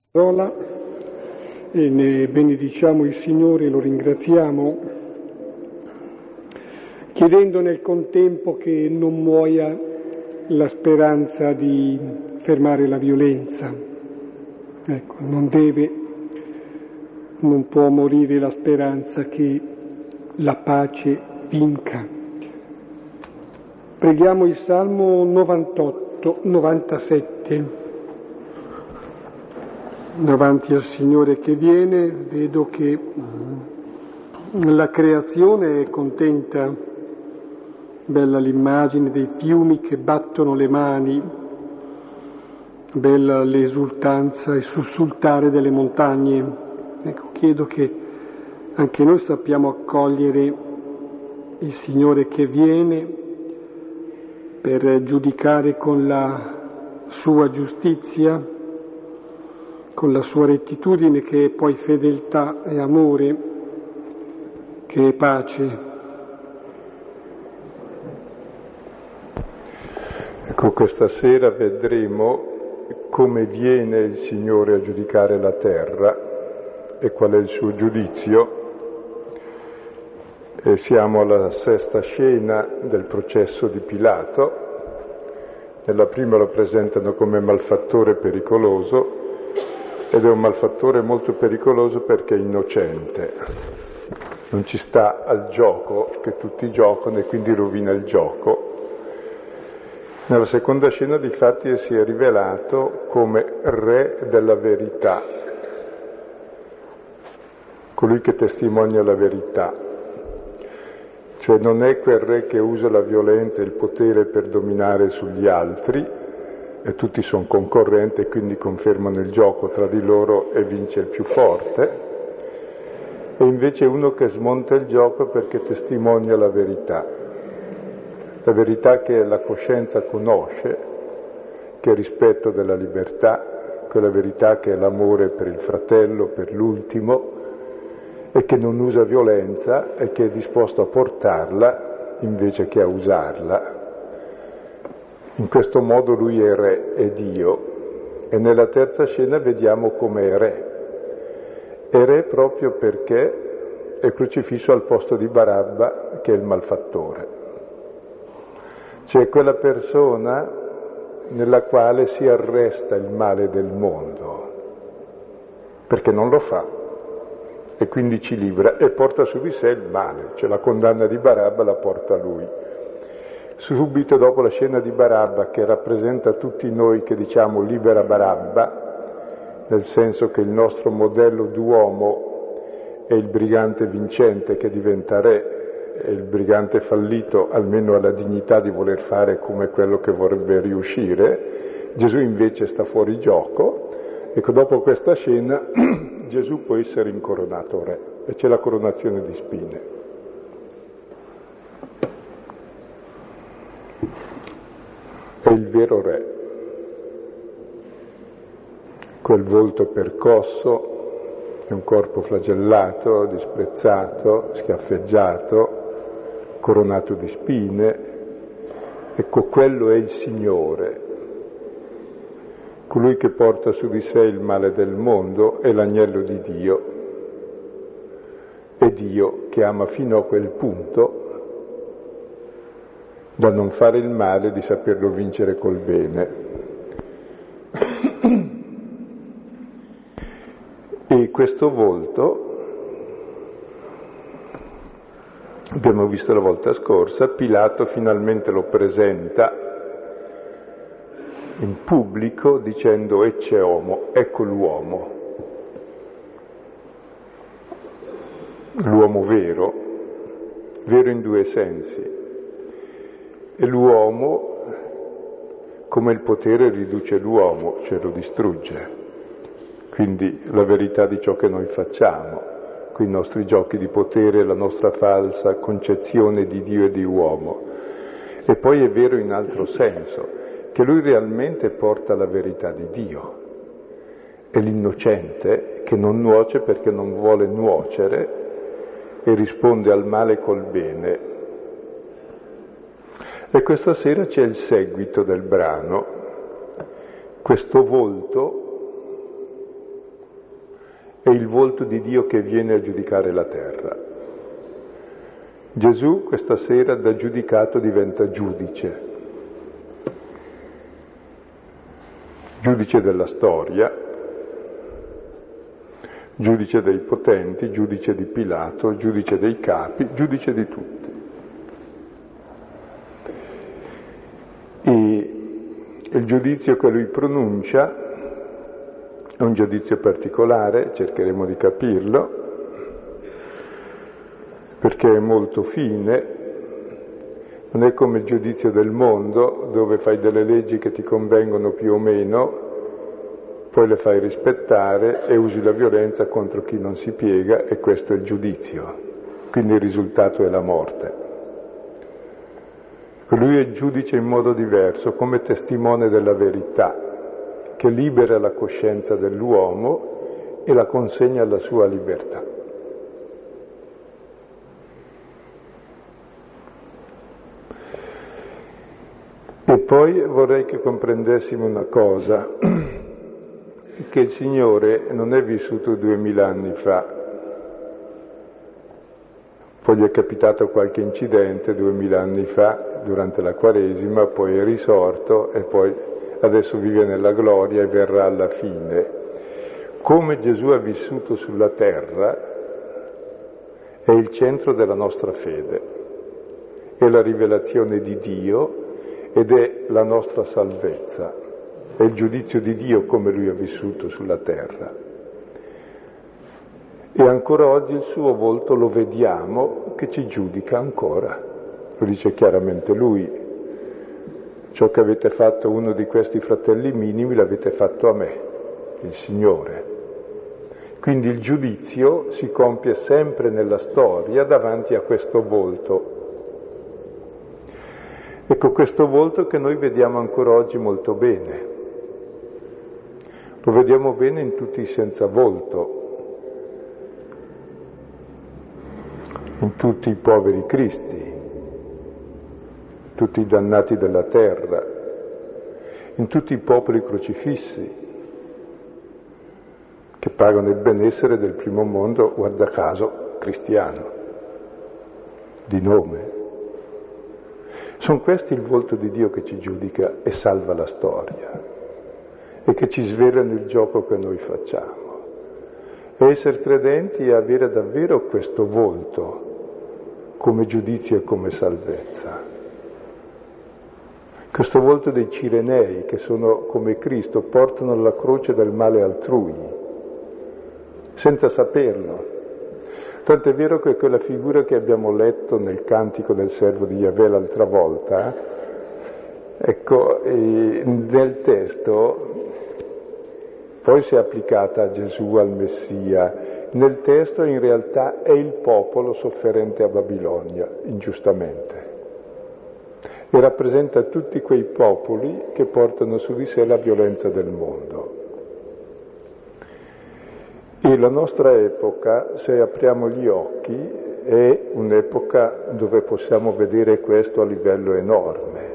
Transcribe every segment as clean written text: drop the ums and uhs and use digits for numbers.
Parola e ne benediciamo il Signore e lo ringraziamo, chiedendo nel contempo che non muoia la speranza di fermare la violenza. Ecco, non può morire la speranza che la pace vinca. Preghiamo il Salmo 97. Davanti al Signore che viene, vedo che la creazione è contenta, bella l'immagine dei fiumi che battono le mani, bella l'esultanza e sussultare delle montagne. Ecco, chiedo che anche noi sappiamo accogliere il Signore che viene per giudicare con la sua giustizia, con la sua rettitudine, che è poi fedeltà e amore, che è pace. Ecco, questa sera vedremo come viene il Signore a giudicare la terra e qual è il suo giudizio. E siamo alla sesta scena del processo di Pilato. Nella prima lo presentano come malfattore pericoloso, ed è un malfattore molto pericoloso perché è innocente, non ci sta al gioco che tutti giocano e quindi rovina il gioco. Nella seconda scena difatti si è rivelato come re della verità, colui che testimonia la verità, cioè non è quel re che usa la violenza e il potere per dominare sugli altri, e tutti sono concorrenti e quindi confermano il gioco tra di loro e vince il più forte, e invece è uno che smonta il gioco perché testimonia la verità che la coscienza conosce, che è il rispetto della libertà, quella verità che è l'amore per il fratello, per l'ultimo, e che non usa violenza e che è disposto a portarla invece che a usarla. In questo modo lui è re, è Dio, e nella terza scena vediamo come è re. È re proprio perché è crocifisso al posto di Barabba, che è il malfattore. Cioè quella persona nella quale si arresta il male del mondo, perché non lo fa, e quindi ci libera e porta su di sé il male, cioè la condanna di Barabba la porta lui. Subito dopo la scena di Barabba, che rappresenta tutti noi che diciamo libera Barabba, nel senso che il nostro modello d'uomo è il brigante vincente che diventa re, e il brigante fallito almeno ha la dignità di voler fare come quello che vorrebbe riuscire. Gesù invece sta fuori gioco. Ecco, dopo questa scena Gesù può essere incoronato re, e c'è la coronazione di spine. È il vero re, quel volto percosso, è un corpo flagellato, disprezzato, schiaffeggiato, coronato di spine. Ecco, quello è il Signore, colui che porta su di sé il male del mondo, è l'agnello di Dio, è Dio che ama fino a quel punto da non fare il male, di saperlo vincere col bene. E questo volto, abbiamo visto la volta scorsa, Pilato finalmente lo presenta in pubblico dicendo ecce homo, ecco l'uomo vero, vero in due sensi. E l'uomo, come il potere riduce l'uomo, cioè lo distrugge. Quindi la verità di ciò che noi facciamo, con i nostri giochi di potere, la nostra falsa concezione di Dio e di uomo. E poi è vero in altro senso, che lui realmente porta la verità di Dio. È l'innocente che non nuoce perché non vuole nuocere e risponde al male col bene. E questa sera c'è il seguito del brano, questo volto è il volto di Dio che viene a giudicare la terra. Gesù questa sera da giudicato diventa giudice. Giudice della storia, giudice dei potenti, giudice di Pilato, giudice dei capi, giudice di tutti. E il giudizio che lui pronuncia è un giudizio particolare, cercheremo di capirlo, perché è molto fine, non è come il giudizio del mondo, dove fai delle leggi che ti convengono più o meno, poi le fai rispettare e usi la violenza contro chi non si piega, e questo è il giudizio. Quindi il risultato è la morte. Lui è giudice in modo diverso, come testimone della verità, che libera la coscienza dell'uomo e la consegna alla sua libertà. E poi vorrei che comprendessimo una cosa, che il Signore non è vissuto 2000 anni fa, poi gli è capitato qualche incidente 2000 anni fa durante la Quaresima, poi è risorto e poi adesso vive nella gloria e verrà alla fine. Come Gesù ha vissuto sulla terra è il centro della nostra fede, è la rivelazione di Dio ed è la nostra salvezza, è il giudizio di Dio come lui ha vissuto sulla terra. E ancora oggi il suo volto lo vediamo che ci giudica ancora, lo dice chiaramente lui: ciò che avete fatto a uno di questi fratelli minimi l'avete fatto a me, il Signore. Quindi il giudizio si compie sempre nella storia davanti a questo volto. Ecco, questo volto che noi vediamo ancora oggi molto bene. Lo vediamo bene in tutti i senza volto, in tutti i poveri cristi, tutti i dannati della terra, in tutti i popoli crocifissi che pagano il benessere del primo mondo, guarda caso, cristiano, di nome. Sono questi il volto di Dio che ci giudica e salva la storia e che ci svelano il gioco che noi facciamo. E essere credenti è avere davvero questo volto come giudizio e come salvezza. Questo volto dei Cirenei, che sono come Cristo, portano alla croce del male altrui, senza saperlo. Tanto è vero che quella figura che abbiamo letto nel cantico del servo di Yahweh l'altra volta, ecco, nel testo poi si è applicata a Gesù, al Messia. Nel testo in realtà è il popolo sofferente a Babilonia, ingiustamente. E rappresenta tutti quei popoli che portano su di sé la violenza del mondo. E la nostra epoca, se apriamo gli occhi, è un'epoca dove possiamo vedere questo a livello enorme.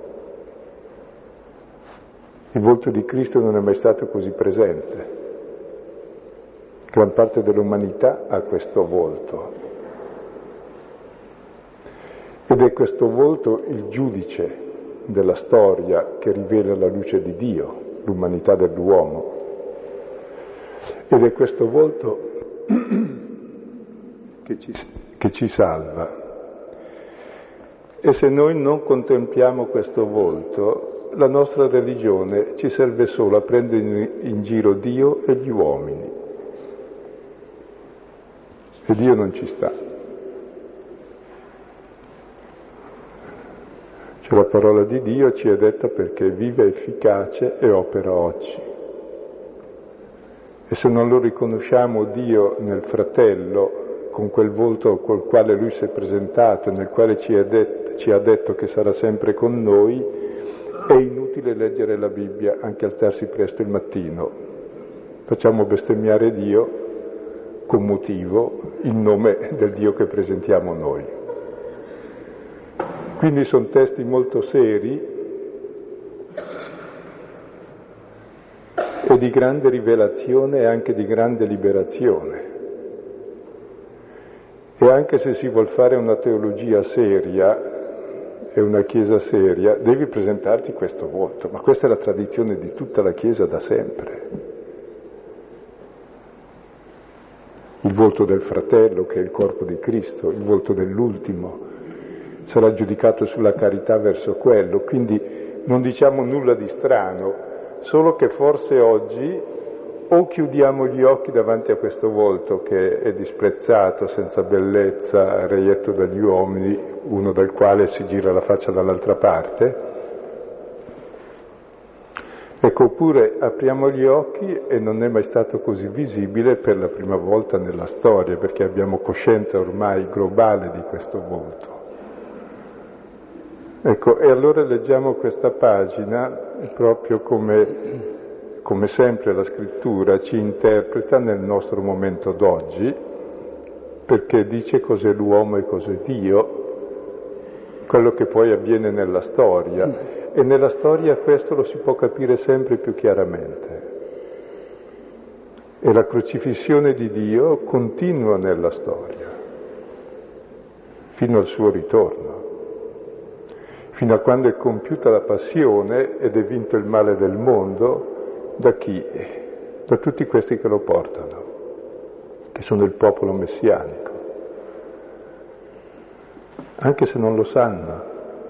Il volto di Cristo non è mai stato così presente. Gran parte dell'umanità ha questo volto. Ed è questo volto il giudice della storia che rivela la luce di Dio, l'umanità dell'uomo. Ed è questo volto che ci salva. E se noi non contempliamo questo volto, la nostra religione ci serve solo a prendere in giro Dio e gli uomini. E Dio non ci sta. Cioè la parola di Dio ci è detta perché è viva, efficace e opera oggi. E se non lo riconosciamo Dio nel fratello, con quel volto col quale Lui si è presentato, nel quale ci ha detto che sarà sempre con noi, è inutile leggere la Bibbia, anche alzarsi presto il mattino. Facciamo bestemmiare Dio con motivo, in nome del Dio che presentiamo noi. Quindi sono testi molto seri e di grande rivelazione e anche di grande liberazione. E anche se si vuol fare una teologia seria e una Chiesa seria, devi presentarti questo volto, ma questa è la tradizione di tutta la Chiesa da sempre. Il volto del fratello, che è il corpo di Cristo, il volto dell'ultimo, sarà giudicato sulla carità verso quello, quindi non diciamo nulla di strano, solo che forse oggi o chiudiamo gli occhi davanti a questo volto che è disprezzato, senza bellezza, reietto dagli uomini, uno dal quale si gira la faccia dall'altra parte, ecco, oppure apriamo gli occhi e non è mai stato così visibile per la prima volta nella storia, perché abbiamo coscienza ormai globale di questo volto. Ecco, e allora leggiamo questa pagina proprio come sempre la scrittura ci interpreta nel nostro momento d'oggi, perché dice cos'è l'uomo e cos'è Dio, quello che poi avviene nella storia, e nella storia questo lo si può capire sempre più chiaramente. E la crocifissione di Dio continua nella storia, fino al suo ritorno, fino a quando è compiuta la passione ed è vinto il male del mondo. Da chi? Da tutti questi che lo portano, che sono il popolo messianico, anche se non lo sanno.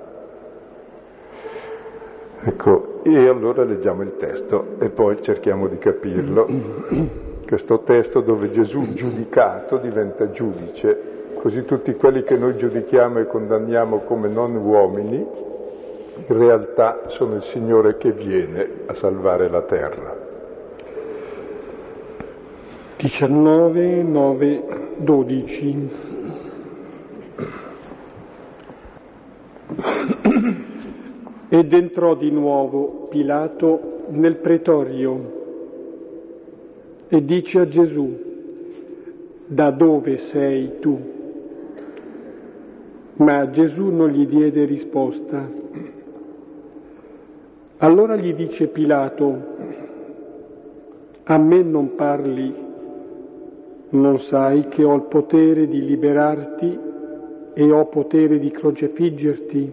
Ecco, e allora leggiamo il testo e poi cerchiamo di capirlo. Questo testo dove Gesù giudicato diventa giudice, così tutti quelli che noi giudichiamo e condanniamo come non uomini, in realtà sono il Signore che viene a salvare la terra. 19, 9, 12. Ed entrò di nuovo Pilato nel pretorio e dice a Gesù: da dove sei tu? Ma Gesù non gli diede risposta. Allora gli dice Pilato: a me non parli? Non sai che ho il potere di liberarti e ho potere di crocifiggerti?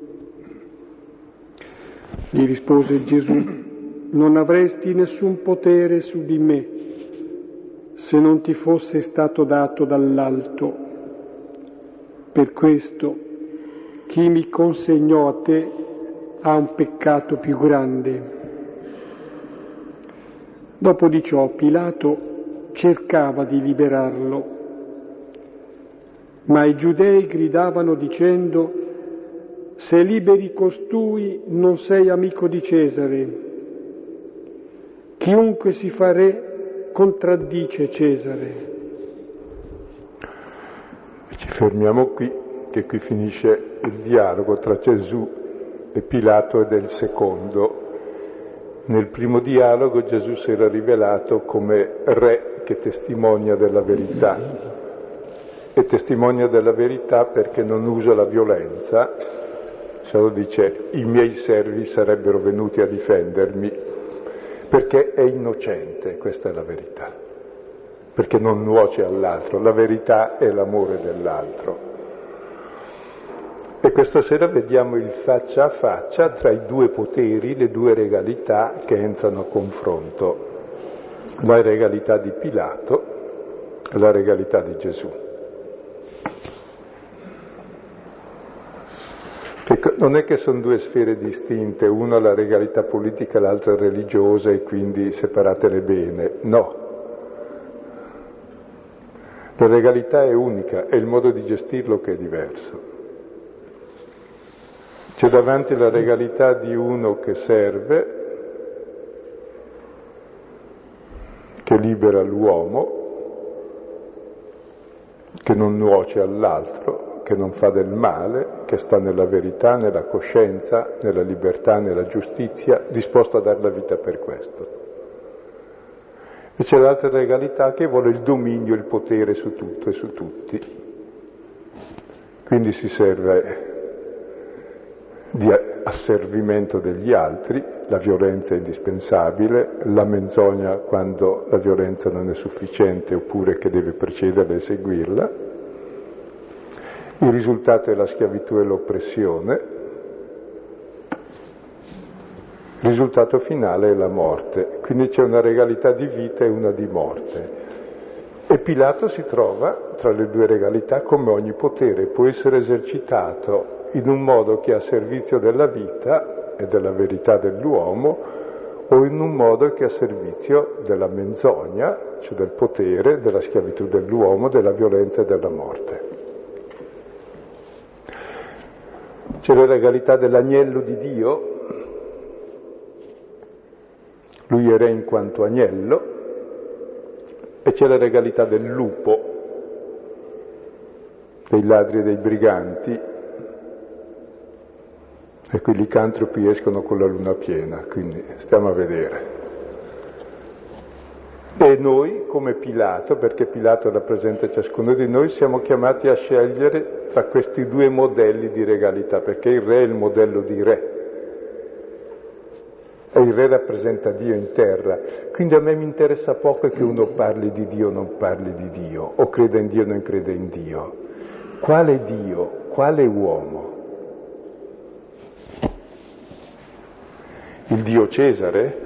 Gli rispose Gesù: non avresti nessun potere su di me se non ti fosse stato dato dall'alto. Per questo chi mi consegnò a te ha un peccato più grande. Dopo di ciò Pilato cercava di liberarlo, ma i giudei gridavano dicendo: se liberi costui non sei amico di Cesare. Chiunque si fa re contraddice Cesare. Ci fermiamo qui, che qui finisce il dialogo tra Gesù e Pilato ed è il secondo. Nel primo dialogo Gesù si era rivelato come re che testimonia della verità, e testimonia della verità perché non usa la violenza, solo dice: i miei servi sarebbero venuti a difendermi, perché è innocente, questa è la verità, perché non nuoce all'altro, la verità è l'amore dell'altro. E questa sera vediamo il faccia a faccia tra i due poteri, le due regalità che entrano a confronto, la regalità di Pilato e la regalità di Gesù. Non è che sono due sfere distinte, una la regalità politica e l'altra religiosa e quindi separatele bene, no. La regalità è unica, è il modo di gestirlo che è diverso. C'è davanti la regalità di uno che serve, che libera l'uomo, che non nuoce all'altro, che non fa del male, che sta nella verità, nella coscienza, nella libertà, nella giustizia, disposto a dare la vita per questo. E c'è l'altra regalità che vuole il dominio, il potere su tutto e su tutti. Quindi si serve di asservimento degli altri, la violenza è indispensabile, la menzogna quando la violenza non è sufficiente oppure che deve precederla e seguirla. Il risultato è la schiavitù e l'oppressione. Il risultato finale è la morte. Quindi c'è una regalità di vita e una di morte. E Pilato si trova tra le due regalità come ogni potere può essere esercitato in un modo che è a servizio della vita e della verità dell'uomo o in un modo che è a servizio della menzogna, cioè del potere, della schiavitù dell'uomo, della violenza e della morte. C'è la regalità dell'agnello di Dio, lui è re in quanto agnello, e c'è la regalità del lupo, dei ladri e dei briganti, e qui i licantropi escono con la luna piena, quindi stiamo a vedere. E noi, come Pilato, perché Pilato rappresenta ciascuno di noi, siamo chiamati a scegliere tra questi due modelli di regalità, perché il re è il modello di re, e il re rappresenta Dio in terra. Quindi a me mi interessa poco che uno parli di Dio o non parli di Dio, o creda in Dio o non creda in Dio. Quale Dio? Quale uomo? Il Dio Cesare?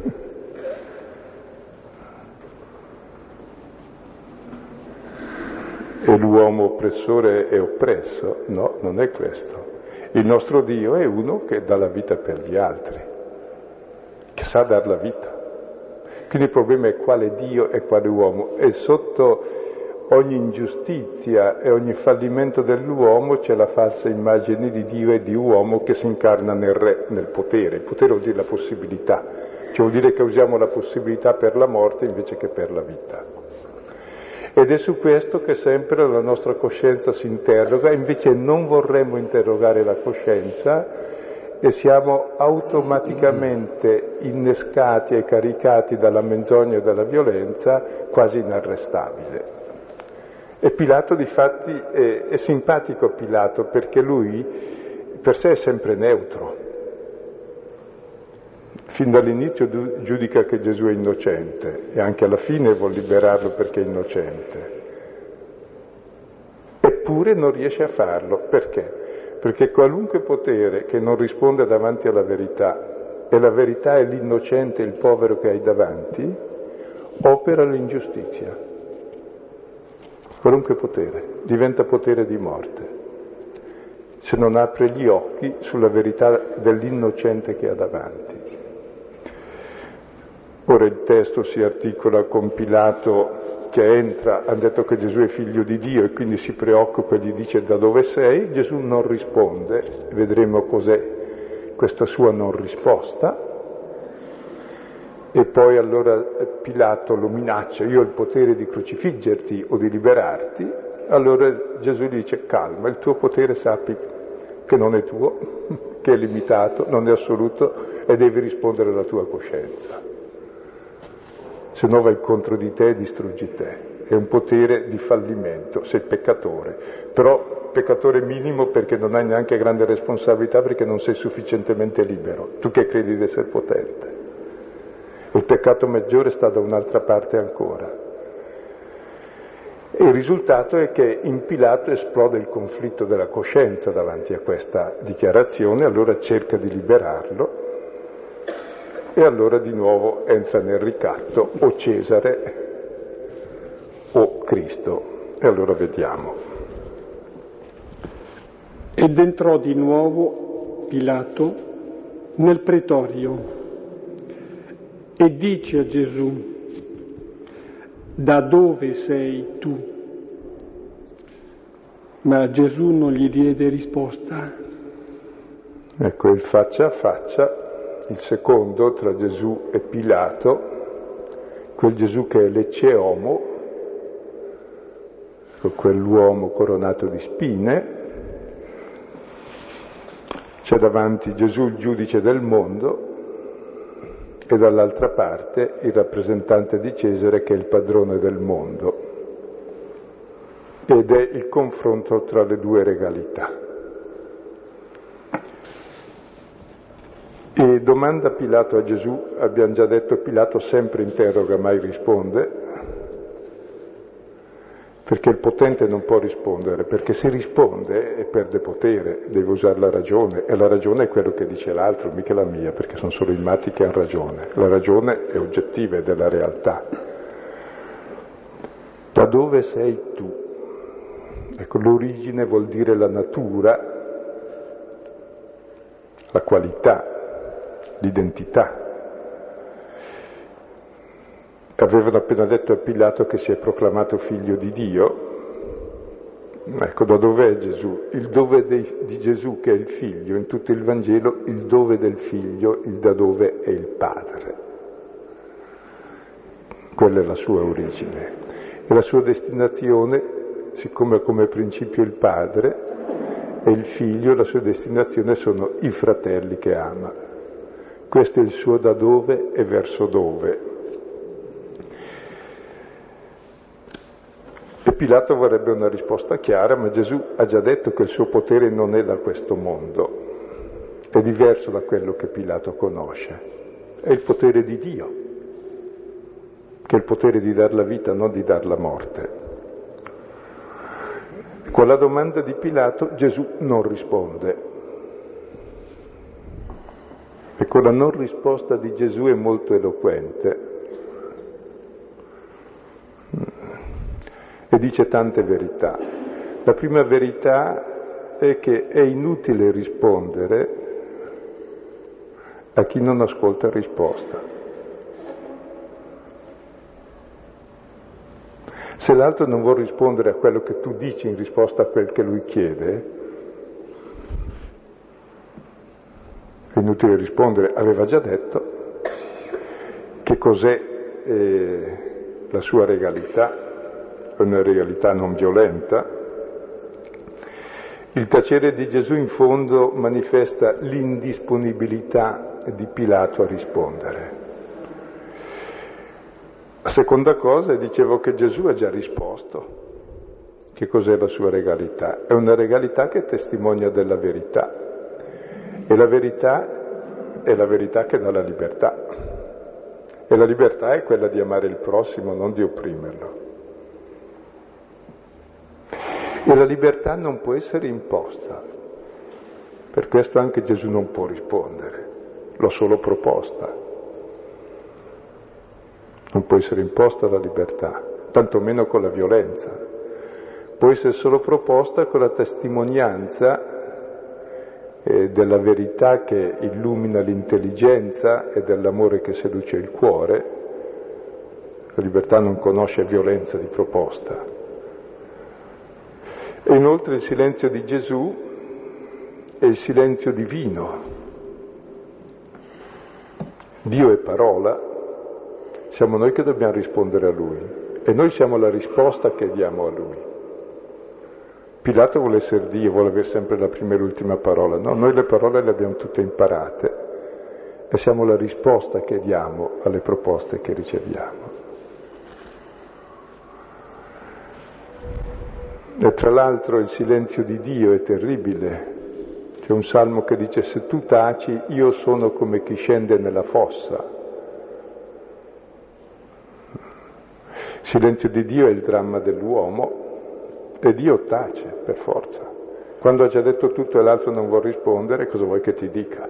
E l'uomo oppressore e oppresso? No, non è questo. Il nostro Dio è uno che dà la vita per gli altri, che sa dar la vita. Quindi il problema è quale Dio e quale uomo. E sotto ogni ingiustizia e ogni fallimento dell'uomo c'è la falsa immagine di Dio e di uomo che si incarna nel re, nel potere. Il potere vuol dire la possibilità, cioè vuol dire che usiamo la possibilità per la morte invece che per la vita. Ed è su questo che sempre la nostra coscienza si interroga, invece non vorremmo interrogare la coscienza e siamo automaticamente innescati e caricati dalla menzogna e dalla violenza, quasi inarrestabile. E Pilato difatti è simpatico Pilato, perché lui per sé è sempre neutro. Fin dall'inizio giudica che Gesù è innocente e anche alla fine vuol liberarlo perché è innocente. Eppure non riesce a farlo. Perché? Perché qualunque potere che non risponde davanti alla verità, e la verità è l'innocente, il povero che hai davanti, opera l'ingiustizia. Qualunque potere diventa potere di morte, se non apre gli occhi sulla verità dell'innocente che ha davanti. Ora il testo si articola con Pilato che entra, ha detto che Gesù è figlio di Dio e quindi si preoccupa e gli dice da dove sei. Gesù non risponde, vedremo cos'è questa sua non risposta. E poi allora Pilato lo minaccia, io ho il potere di crocifiggerti o di liberarti. Allora Gesù gli dice calma, il tuo potere sappi che non è tuo, che è limitato, non è assoluto e devi rispondere alla tua coscienza. Se no vai contro di te e distruggi te. È un potere di fallimento, sei peccatore, però peccatore minimo perché non hai neanche grande responsabilità, perché non sei sufficientemente libero, tu che credi di essere potente. Il peccato maggiore sta da un'altra parte ancora. E il risultato è che in Pilato esplode il conflitto della coscienza davanti a questa dichiarazione, allora cerca di liberarlo e allora di nuovo entra nel ricatto o Cesare o Cristo. E allora vediamo. Ed entrò di nuovo Pilato nel pretorio e dice a Gesù: da dove sei tu? Ma Gesù non gli diede risposta. Ecco il faccia a faccia, il secondo tra Gesù e Pilato, quel Gesù che è l'ecce homo, quell'uomo coronato di spine. C'è davanti Gesù il giudice del mondo e dall'altra parte il rappresentante di Cesare che è il padrone del mondo. Ed è il confronto tra le due regalità. Ed E domanda Pilato a Gesù, abbiamo già detto Pilato sempre interroga, mai risponde, perché il potente non può rispondere, perché se risponde e perde potere, deve usare la ragione, e la ragione è quello che dice l'altro, mica la mia, perché sono solo i matti che hanno ragione. La ragione è oggettiva, è della realtà. Da dove sei tu? Ecco, l'origine vuol dire la natura, la qualità, l'identità. Avevano appena detto a Pilato che si è proclamato figlio di Dio. Ecco, da dove è Gesù? Il dove di Gesù, che è il figlio, in tutto il Vangelo, il dove del figlio, il da dove è il padre. Quella è la sua origine. E la sua destinazione, siccome come principio il padre e il figlio, la sua destinazione sono i fratelli che ama. Questo è il suo da dove e verso dove. E Pilato vorrebbe una risposta chiara, ma Gesù ha già detto che il suo potere non è da questo mondo, è diverso da quello che Pilato conosce, è il potere di Dio, che è il potere di dar la vita, non di dar la morte. Con la domanda di Pilato Gesù non risponde. E con la non risposta di Gesù è molto eloquente. E dice tante verità. La prima verità è che è inutile rispondere a chi non ascolta risposta. Se l'altro non vuol rispondere a quello che tu dici in risposta a quel che lui chiede, è inutile rispondere. Aveva già detto che cos'è la sua regalità, una regalità non violenta. Il tacere di Gesù in fondo manifesta l'indisponibilità di Pilato a rispondere. La seconda cosa, dicevo che Gesù ha già risposto. Che cos'è la sua regalità? È una regalità che testimonia della verità. E la verità è la verità che dà la libertà. E la libertà è quella di amare il prossimo, non di opprimerlo. E la libertà non può essere imposta. Per questo anche Gesù non può rispondere. L'ho solo proposta. Non può essere imposta la libertà, tantomeno con la violenza. Può essere solo proposta con la testimonianza della verità che illumina l'intelligenza e dell'amore che seduce il cuore. La libertà non conosce violenza di proposta. E inoltre il silenzio di Gesù è il silenzio divino. Dio è parola. Siamo noi che dobbiamo rispondere a Lui e noi siamo la risposta che diamo a Lui. Pilato vuole essere Dio, vuole avere sempre la prima e l'ultima parola. No, noi le parole le abbiamo tutte imparate e siamo la risposta che diamo alle proposte che riceviamo. E tra l'altro il silenzio di Dio è terribile. C'è un salmo che dice: se tu taci, io sono come chi scende nella fossa. Il silenzio di Dio è il dramma dell'uomo e Dio tace per forza. Quando ha già detto tutto e l'altro non vuol rispondere, cosa vuoi che ti dica?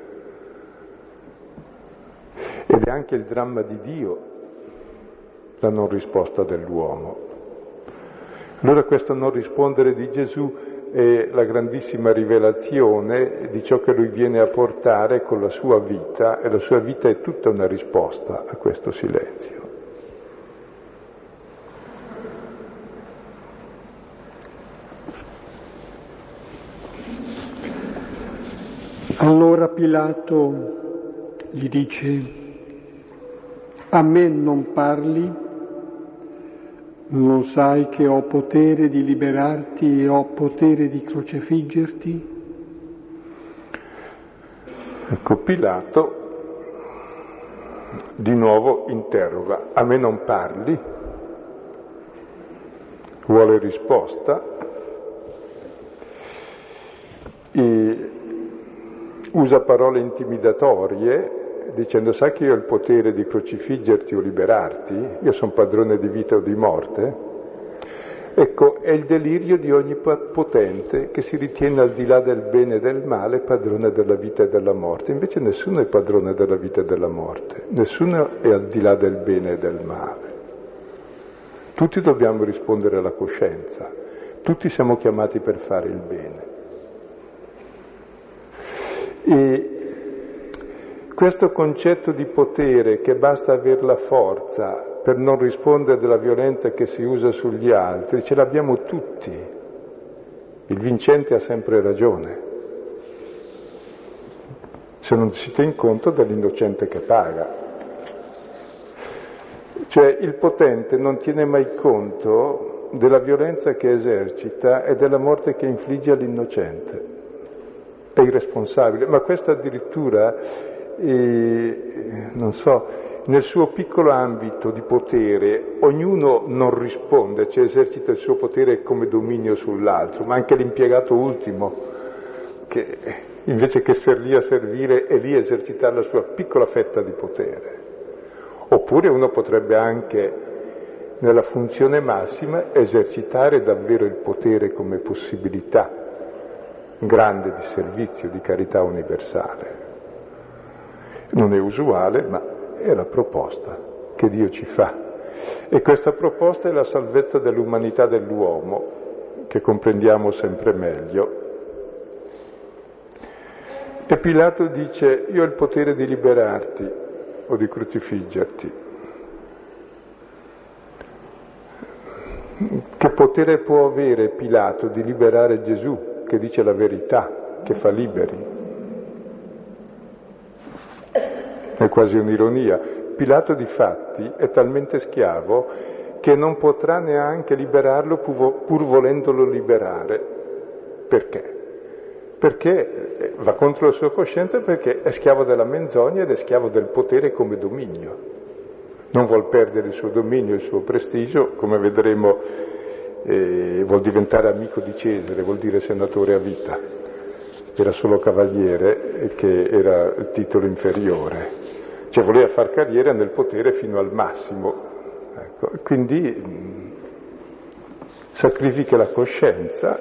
Ed è anche il dramma di Dio la non risposta dell'uomo. Allora questo non rispondere di Gesù è la grandissima rivelazione di ciò che lui viene a portare con la sua vita, e la sua vita è tutta una risposta a questo silenzio. Allora Pilato gli dice: a me non parli? Non sai che ho potere di liberarti e ho potere di crocifiggerti? Ecco, Pilato di nuovo interroga: a me non parli? Vuole risposta. usa parole intimidatorie, dicendo: sai che io ho il potere di crocifiggerti o liberarti? Io sono padrone di vita o di morte? Ecco, è il delirio di ogni potente che si ritiene al di là del bene e del male padrone della vita e della morte. Invece nessuno è padrone della vita e della morte, nessuno è al di là del bene e del male. Tutti dobbiamo rispondere alla coscienza, tutti siamo chiamati per fare il bene. E questo concetto di potere, che basta avere la forza per non rispondere della violenza che si usa sugli altri, ce l'abbiamo tutti. Il vincente ha sempre ragione, se non si tiene conto dell'innocente che paga. Cioè il potente non tiene mai conto della violenza che esercita e della morte che infligge all'innocente. È irresponsabile, ma questo addirittura, non so, nel suo piccolo ambito di potere ognuno non risponde, cioè esercita il suo potere come dominio sull'altro, ma anche l'impiegato ultimo, che invece che essere lì a servire è lì a esercitare la sua piccola fetta di potere. Oppure uno potrebbe anche, nella funzione massima, esercitare davvero il potere come possibilità grande di servizio, di carità universale. Non è usuale, ma è la proposta che Dio ci fa. E questa proposta è la salvezza dell'umanità dell'uomo, che comprendiamo sempre meglio. E Pilato dice: io ho il potere di liberarti o di crocifiggerti. Che potere può avere Pilato di liberare Gesù, che dice la verità, che fa liberi? È quasi un'ironia. Pilato difatti è talmente schiavo che non potrà neanche liberarlo pur volendolo liberare. Perché? Perché va contro la sua coscienza, perché è schiavo della menzogna ed è schiavo del potere come dominio. Non vuol perdere il suo dominio, il suo prestigio, come vedremo vuol diventare amico di Cesare, vuol dire senatore a vita. Era solo cavaliere, che era il titolo inferiore. Cioè voleva far carriera nel potere fino al massimo. Ecco, quindi sacrifica la coscienza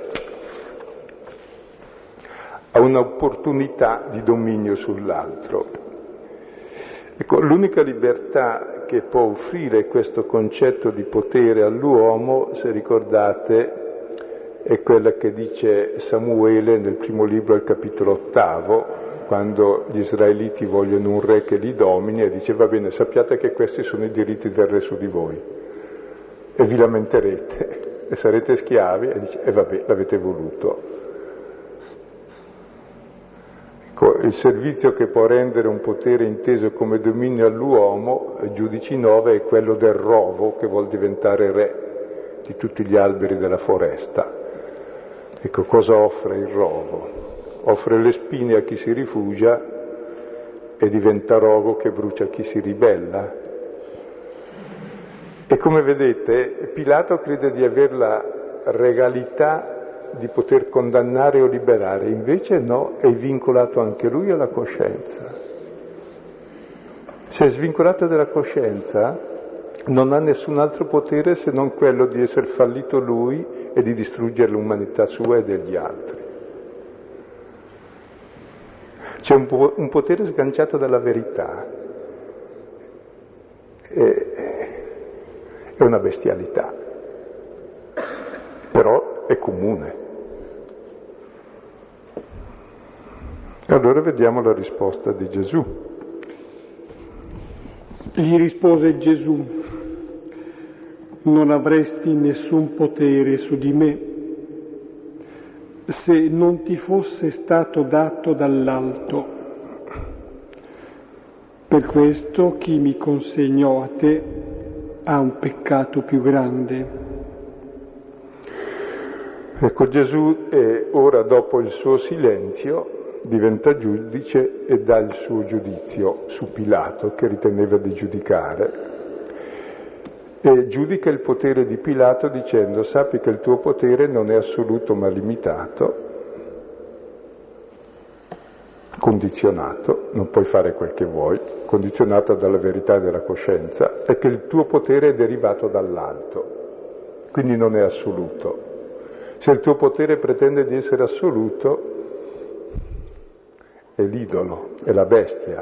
a un'opportunità di dominio sull'altro. Ecco, l'unica libertà che può offrire questo concetto di potere all'uomo, se ricordate, è quella che dice Samuele nel primo libro, al capitolo 8, quando gli israeliti vogliono un re che li domini, e dice: va bene, sappiate che questi sono i diritti del re su di voi, e vi lamenterete, e sarete schiavi, e dice: e vabbè, l'avete voluto. Ecco, il servizio che può rendere un potere inteso come dominio all'uomo, Giudici 9, è quello del rovo, che vuol diventare re di tutti gli alberi della foresta. Ecco, cosa offre il rovo? Offre le spine a chi si rifugia e diventa rogo che brucia chi si ribella. E come vedete, Pilato crede di avere la regalità di poter condannare o liberare, invece no, è vincolato anche lui alla coscienza. Se è svincolato dalla coscienza, non ha nessun altro potere se non quello di essere fallito lui e di distruggere l'umanità sua e degli altri. C'è un potere sganciato dalla verità, è una bestialità, però è comune. E allora vediamo la risposta di Gesù. Gli rispose Gesù: non avresti nessun potere su di me se non ti fosse stato dato dall'alto. Per questo chi mi consegnò a te ha un peccato più grande. Ecco, Gesù ora, dopo il suo silenzio, diventa giudice e dà il suo giudizio su Pilato, che riteneva di giudicare. E giudica il potere di Pilato dicendo: sappi che il tuo potere non è assoluto ma limitato, con condizionato, non puoi fare quel che vuoi, condizionato dalla verità e dalla coscienza, è che il tuo potere è derivato dall'alto, quindi non è assoluto. Se il tuo potere pretende di essere assoluto, è l'idolo, è la bestia.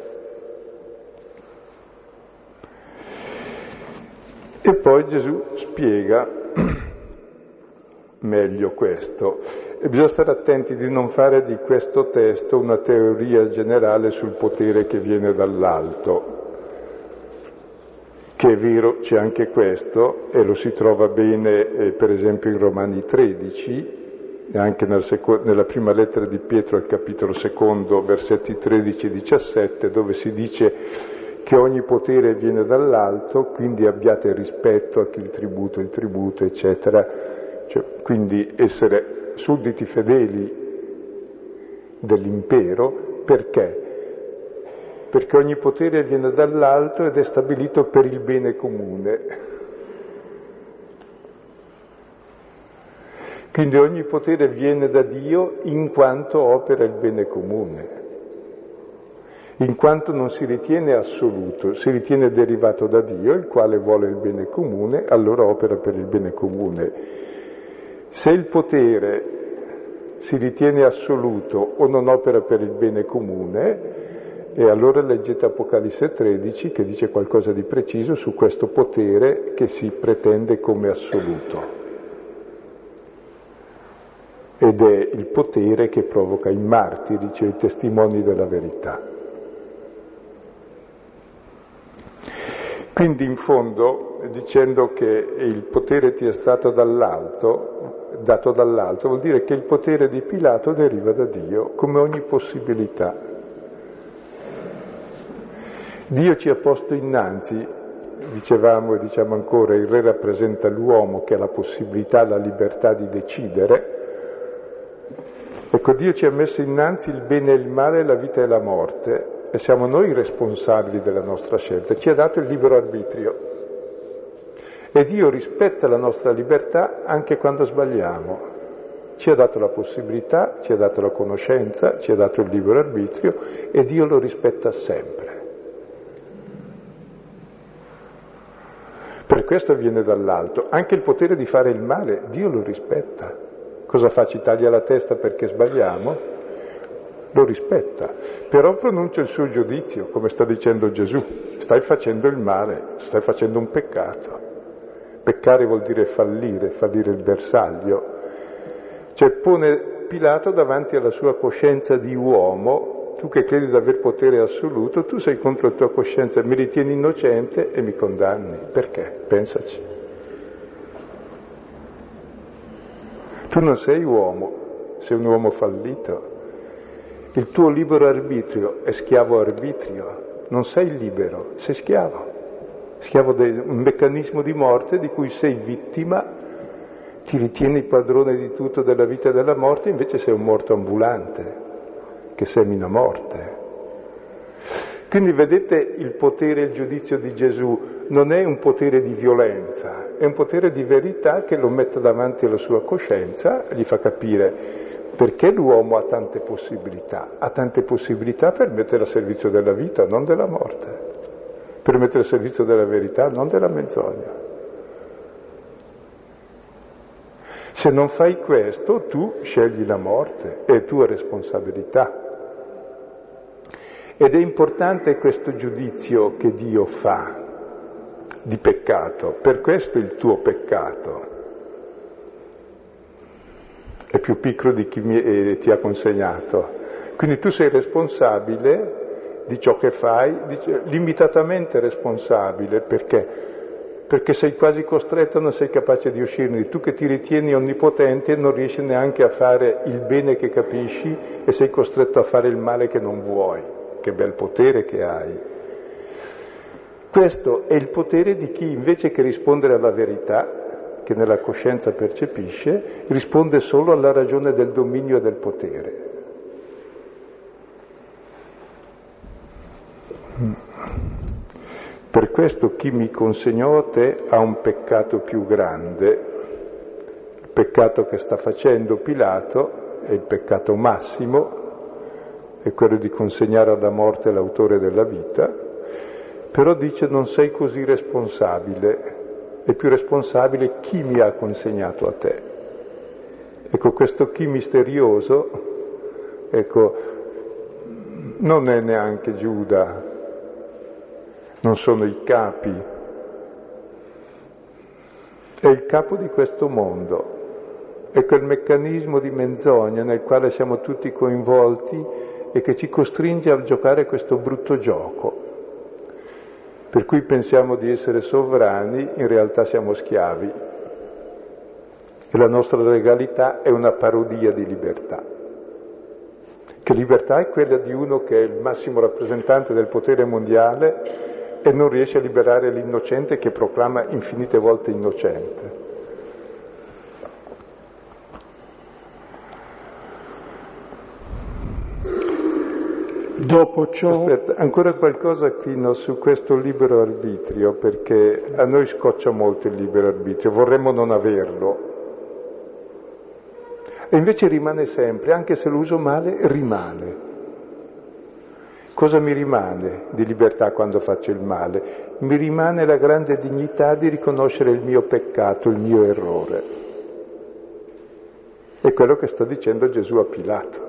E poi Gesù spiega meglio questo. E bisogna stare attenti di non fare di questo testo una teoria generale sul potere che viene dall'alto, che è vero, c'è anche questo, e lo si trova bene per esempio in Romani 13, e anche nella prima lettera di Pietro al capitolo 2, versetti 13 e 17, dove si dice che ogni potere viene dall'alto, quindi abbiate rispetto a chi il tributo, eccetera. Cioè, quindi essere sudditi fedeli dell'impero, perché? Perché ogni potere viene dall'alto ed è stabilito per il bene comune. Quindi ogni potere viene da Dio in quanto opera il bene comune, in quanto non si ritiene assoluto, si ritiene derivato da Dio, il quale vuole il bene comune, allora opera per il bene comune. Se il potere si ritiene assoluto o non opera per il bene comune, e allora leggete Apocalisse 13 che dice qualcosa di preciso su questo potere che si pretende come assoluto. Ed è il potere che provoca i martiri, cioè i testimoni della verità. Quindi in fondo, dicendo che il potere ti è stato dato dall'alto, vuol dire che il potere di Pilato deriva da Dio, come ogni possibilità. Dio ci ha posto innanzi, dicevamo e diciamo ancora, il re rappresenta l'uomo che ha la possibilità, la libertà di decidere. Ecco, Dio ci ha messo innanzi il bene e il male, la vita e la morte, e siamo noi responsabili della nostra scelta. Ci ha dato il libero arbitrio. E Dio rispetta la nostra libertà anche quando sbagliamo. Ci ha dato la possibilità, ci ha dato la conoscenza, ci ha dato il libero arbitrio e Dio lo rispetta sempre. Per questo viene dall'alto. Anche il potere di fare il male, Dio lo rispetta. Cosa fa? Ci taglia la testa perché sbagliamo? Lo rispetta, però pronuncia il suo giudizio, come sta dicendo Gesù. Stai facendo il male, stai facendo un peccato. Peccare vuol dire fallire il bersaglio. Cioè pone Pilato davanti alla sua coscienza di uomo, tu che credi di aver potere assoluto, tu sei contro la tua coscienza, mi ritieni innocente e mi condanni. Perché? Pensaci. Tu non sei uomo, sei un uomo fallito. Il tuo libero arbitrio è schiavo arbitrio, non sei libero, sei schiavo di un meccanismo di morte di cui sei vittima, ti ritieni padrone di tutto della vita e della morte, invece sei un morto ambulante che semina morte. Quindi vedete il potere e il giudizio di Gesù non è un potere di violenza, è un potere di verità che lo mette davanti alla sua coscienza, gli fa capire perché l'uomo ha tante possibilità per mettere a servizio della vita, non della morte, per mettere a servizio della verità, non della menzogna. Se non fai questo, tu scegli la morte, è tua responsabilità. Ed è importante questo giudizio che Dio fa di peccato, per questo il tuo peccato è più piccolo di chi ti ha consegnato. Quindi tu sei responsabile di ciò che fai, limitatamente responsabile, perché? Perché sei quasi costretto, non sei capace di uscirne. Tu che ti ritieni onnipotente non riesci neanche a fare il bene che capisci e sei costretto a fare il male che non vuoi. Che bel potere che hai. Questo è il potere di chi invece che rispondere alla verità, che nella coscienza percepisce, risponde solo alla ragione del dominio e del potere. Per questo chi mi consegnò a te ha un peccato più grande. Il peccato che sta facendo Pilato è il peccato massimo, è quello di consegnare alla morte l'autore della vita, però dice non sei così responsabile, è più responsabile chi mi ha consegnato a te. Ecco, questo chi misterioso, ecco, non è neanche Giuda, non sono i capi, è il capo di questo mondo, è quel meccanismo di menzogna nel quale siamo tutti coinvolti e che ci costringe a giocare questo brutto gioco, per cui pensiamo di essere sovrani, in realtà siamo schiavi, e la nostra legalità è una parodia di libertà. Che libertà è quella di uno che è il massimo rappresentante del potere mondiale e non riesce a liberare l'innocente che proclama infinite volte innocente. Dopo ciò... Aspetta, ancora qualcosa qui su questo libero arbitrio, perché a noi scoccia molto il libero arbitrio, vorremmo non averlo. E invece rimane sempre, anche se lo uso male, rimane. Cosa mi rimane di libertà quando faccio il male? Mi rimane la grande dignità di riconoscere il mio peccato, il mio errore. È quello che sta dicendo Gesù a Pilato.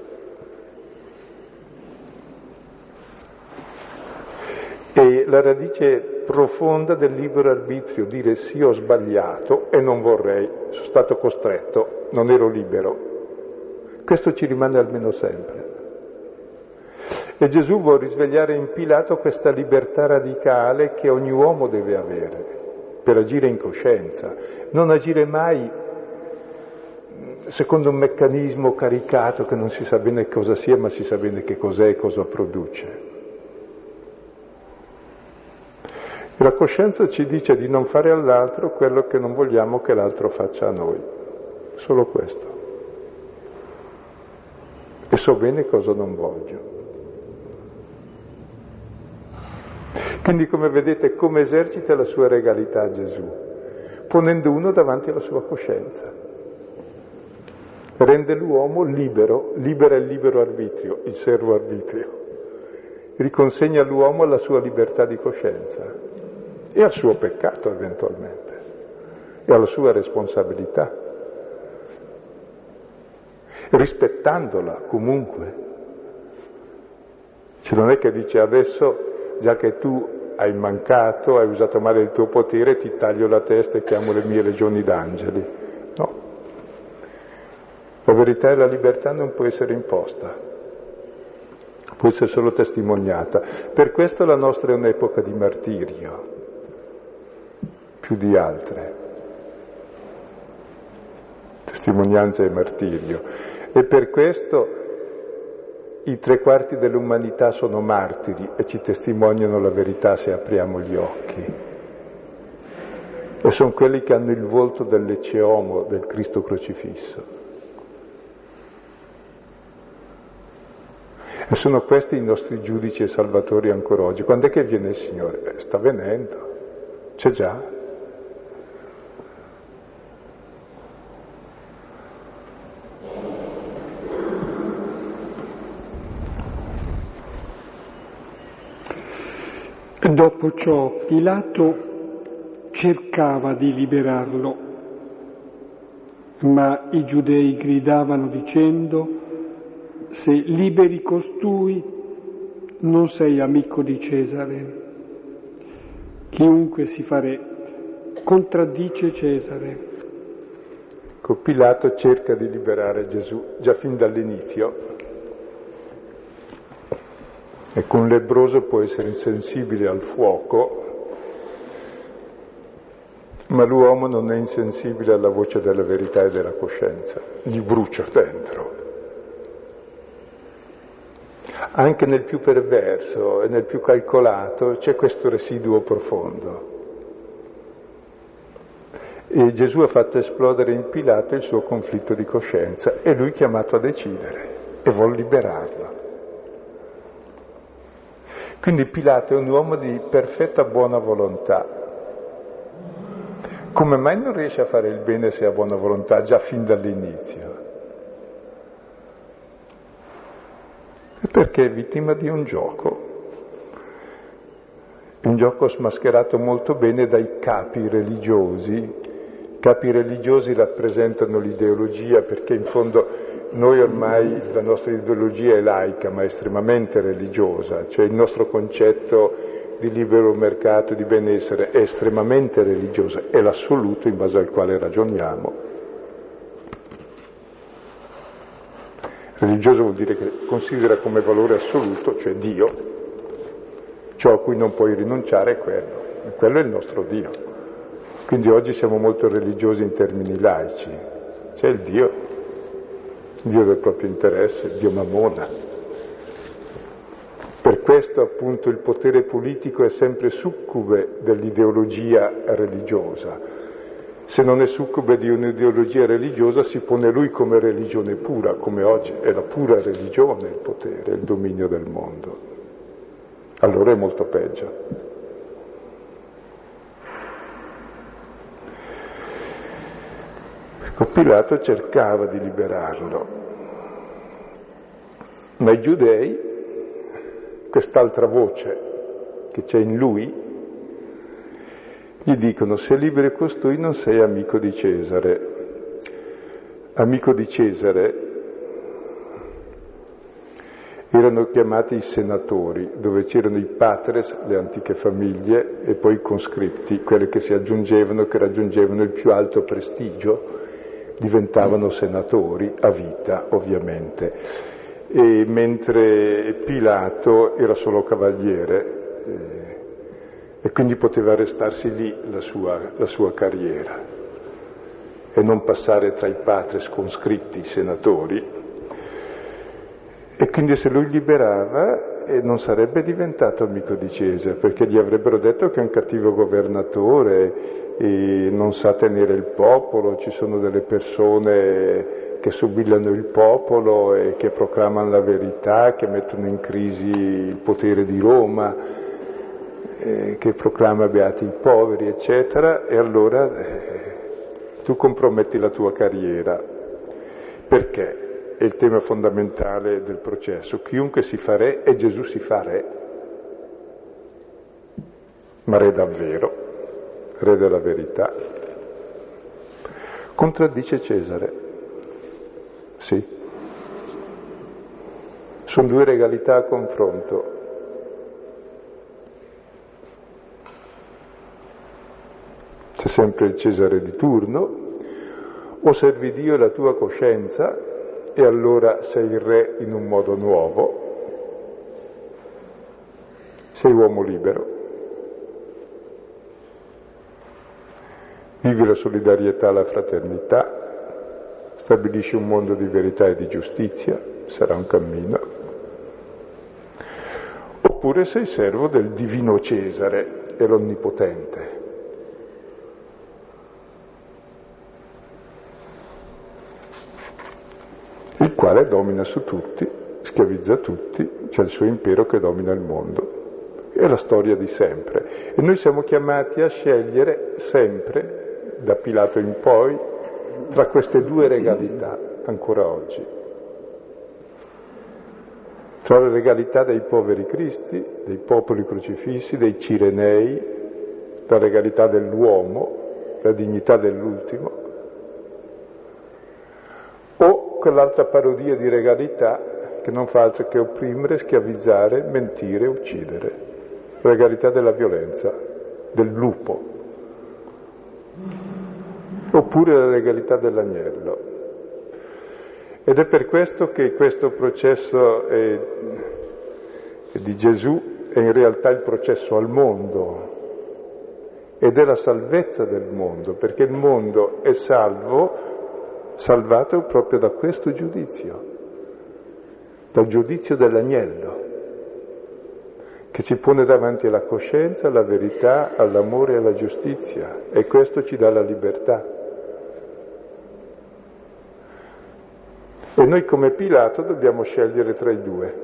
E la radice profonda del libero arbitrio, dire sì, ho sbagliato e non vorrei, sono stato costretto, non ero libero. Questo ci rimane almeno sempre. E Gesù vuole risvegliare in Pilato questa libertà radicale che ogni uomo deve avere per agire in coscienza, non agire mai secondo un meccanismo caricato che non si sa bene cosa sia, ma si sa bene che cos'è e cosa produce. La coscienza ci dice di non fare all'altro quello che non vogliamo che l'altro faccia a noi, solo questo. E so bene cosa non voglio. Quindi, come vedete, come esercita la sua regalità Gesù? Ponendo uno davanti alla sua coscienza. Rende l'uomo libero, libera il libero arbitrio, il servo arbitrio. Riconsegna all'uomo la sua libertà di coscienza e al suo peccato eventualmente e alla sua responsabilità, rispettandola comunque. Cioè non è che dice adesso, già che tu hai mancato, hai usato male il tuo potere, ti taglio la testa e chiamo le mie legioni d'angeli. No. La verità e la libertà non può essere imposta, può essere solo testimoniata. Per questo la nostra è un'epoca di martirio, più di altre. Testimonianza e martirio. E per questo i 3/4 dell'umanità sono martiri e ci testimoniano la verità se apriamo gli occhi. E sono quelli che hanno il volto dell'ecce homo, del Cristo crocifisso. E sono questi i nostri giudici e salvatori ancora oggi. Quando è che viene il Signore? Sta venendo, c'è già. Dopo ciò Pilato cercava di liberarlo, ma i giudei gridavano dicendo: se liberi costui non sei amico di Cesare. Chiunque si contraddice Cesare. Ecco, Pilato cerca di liberare Gesù già fin dall'inizio. Ecco, un lebbroso può essere insensibile al fuoco, ma l'uomo non è insensibile alla voce della verità e della coscienza, gli brucia dentro. Anche nel più perverso e nel più calcolato c'è questo residuo profondo. E Gesù ha fatto esplodere in Pilato il suo conflitto di coscienza e lui è chiamato a decidere e vuol liberarlo. Quindi Pilato è un uomo di perfetta buona volontà. Come mai non riesce a fare il bene se ha buona volontà già fin dall'inizio? perché è vittima di un gioco smascherato molto bene dai capi religiosi. I capi religiosi rappresentano l'ideologia, perché in fondo noi ormai la nostra ideologia è laica ma è estremamente religiosa, cioè il nostro concetto di libero mercato, di benessere è estremamente religioso, è l'assoluto in base al quale ragioniamo. Religioso vuol dire che considera come valore assoluto, cioè Dio, ciò a cui non puoi rinunciare è quello, e quello è il nostro Dio. Quindi oggi siamo molto religiosi in termini laici, c'è il Dio del proprio interesse, il Dio Mammona. Per questo appunto il potere politico è sempre succube dell'ideologia religiosa. Se non è succube di un'ideologia religiosa si pone lui come religione pura, come oggi è la pura religione il potere, il dominio del mondo. Allora è molto peggio. Ecco, Pilato cercava di liberarlo, ma i giudei, quest'altra voce che c'è in lui, gli dicono: se liberi costui non sei amico di Cesare. Amico di Cesare erano chiamati i senatori, dove c'erano i patres, le antiche famiglie, e poi i conscripti, quelle che si aggiungevano, che raggiungevano il più alto prestigio, diventavano senatori a vita, ovviamente. E mentre Pilato era solo cavaliere, e quindi poteva restarsi lì la sua carriera e non passare tra i patres conscritti, i senatori. E quindi se lui liberava non sarebbe diventato amico di Cesare, perché gli avrebbero detto che è un cattivo governatore e non sa tenere il popolo, ci sono delle persone che sobillano il popolo e che proclamano la verità, che mettono in crisi il potere di Roma, che proclama beati i poveri, eccetera, e allora tu comprometti la tua carriera. Perché? È il tema fondamentale del processo. Chiunque si fa re, e Gesù si fa re, ma re davvero, re della verità. Contraddice Cesare. Sì. Sono due regalità a confronto. C'è sempre il Cesare di turno: o servi Dio e la tua coscienza, e allora sei il re in un modo nuovo, sei uomo libero, vivi la solidarietà, la fraternità, stabilisci un mondo di verità e di giustizia, sarà un cammino. Oppure sei servo del divino Cesare e l'Onnipotente, il quale domina su tutti, schiavizza tutti, c'è il suo impero che domina il mondo. È la storia di sempre. E noi siamo chiamati a scegliere sempre, da Pilato in poi, tra queste due regalità, ancora oggi. Tra la regalità dei poveri cristi, dei popoli crocifissi, dei cirenei, la regalità dell'uomo, la dignità dell'ultimo, o quell'altra parodia di regalità che non fa altro che opprimere, schiavizzare, mentire, uccidere. La regalità della violenza, del lupo. Oppure la regalità dell'agnello. Ed è per questo che questo processo di Gesù è in realtà il processo al mondo ed è la salvezza del mondo, perché il mondo è salvato proprio da questo giudizio, dal giudizio dell'agnello, che ci pone davanti alla coscienza, alla verità, all'amore e alla giustizia, e questo ci dà la libertà. E noi come Pilato dobbiamo scegliere tra i due.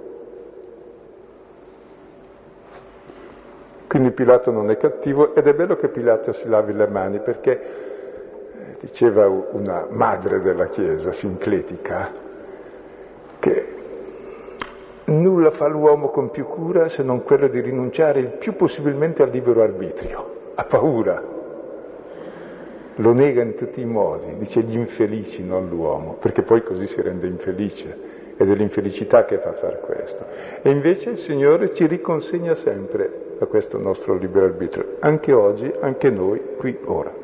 Quindi Pilato non è cattivo, ed è bello che Pilato si lavi le mani, perché diceva una madre della Chiesa sincletica che nulla fa l'uomo con più cura se non quello di rinunciare il più possibilmente al libero arbitrio. Ha paura, lo nega in tutti i modi, dice gli infelici, non l'uomo, perché poi così si rende infelice, ed è l'infelicità che fa fare questo. E invece il Signore ci riconsegna sempre a questo nostro libero arbitrio, anche oggi, anche noi, qui, ora.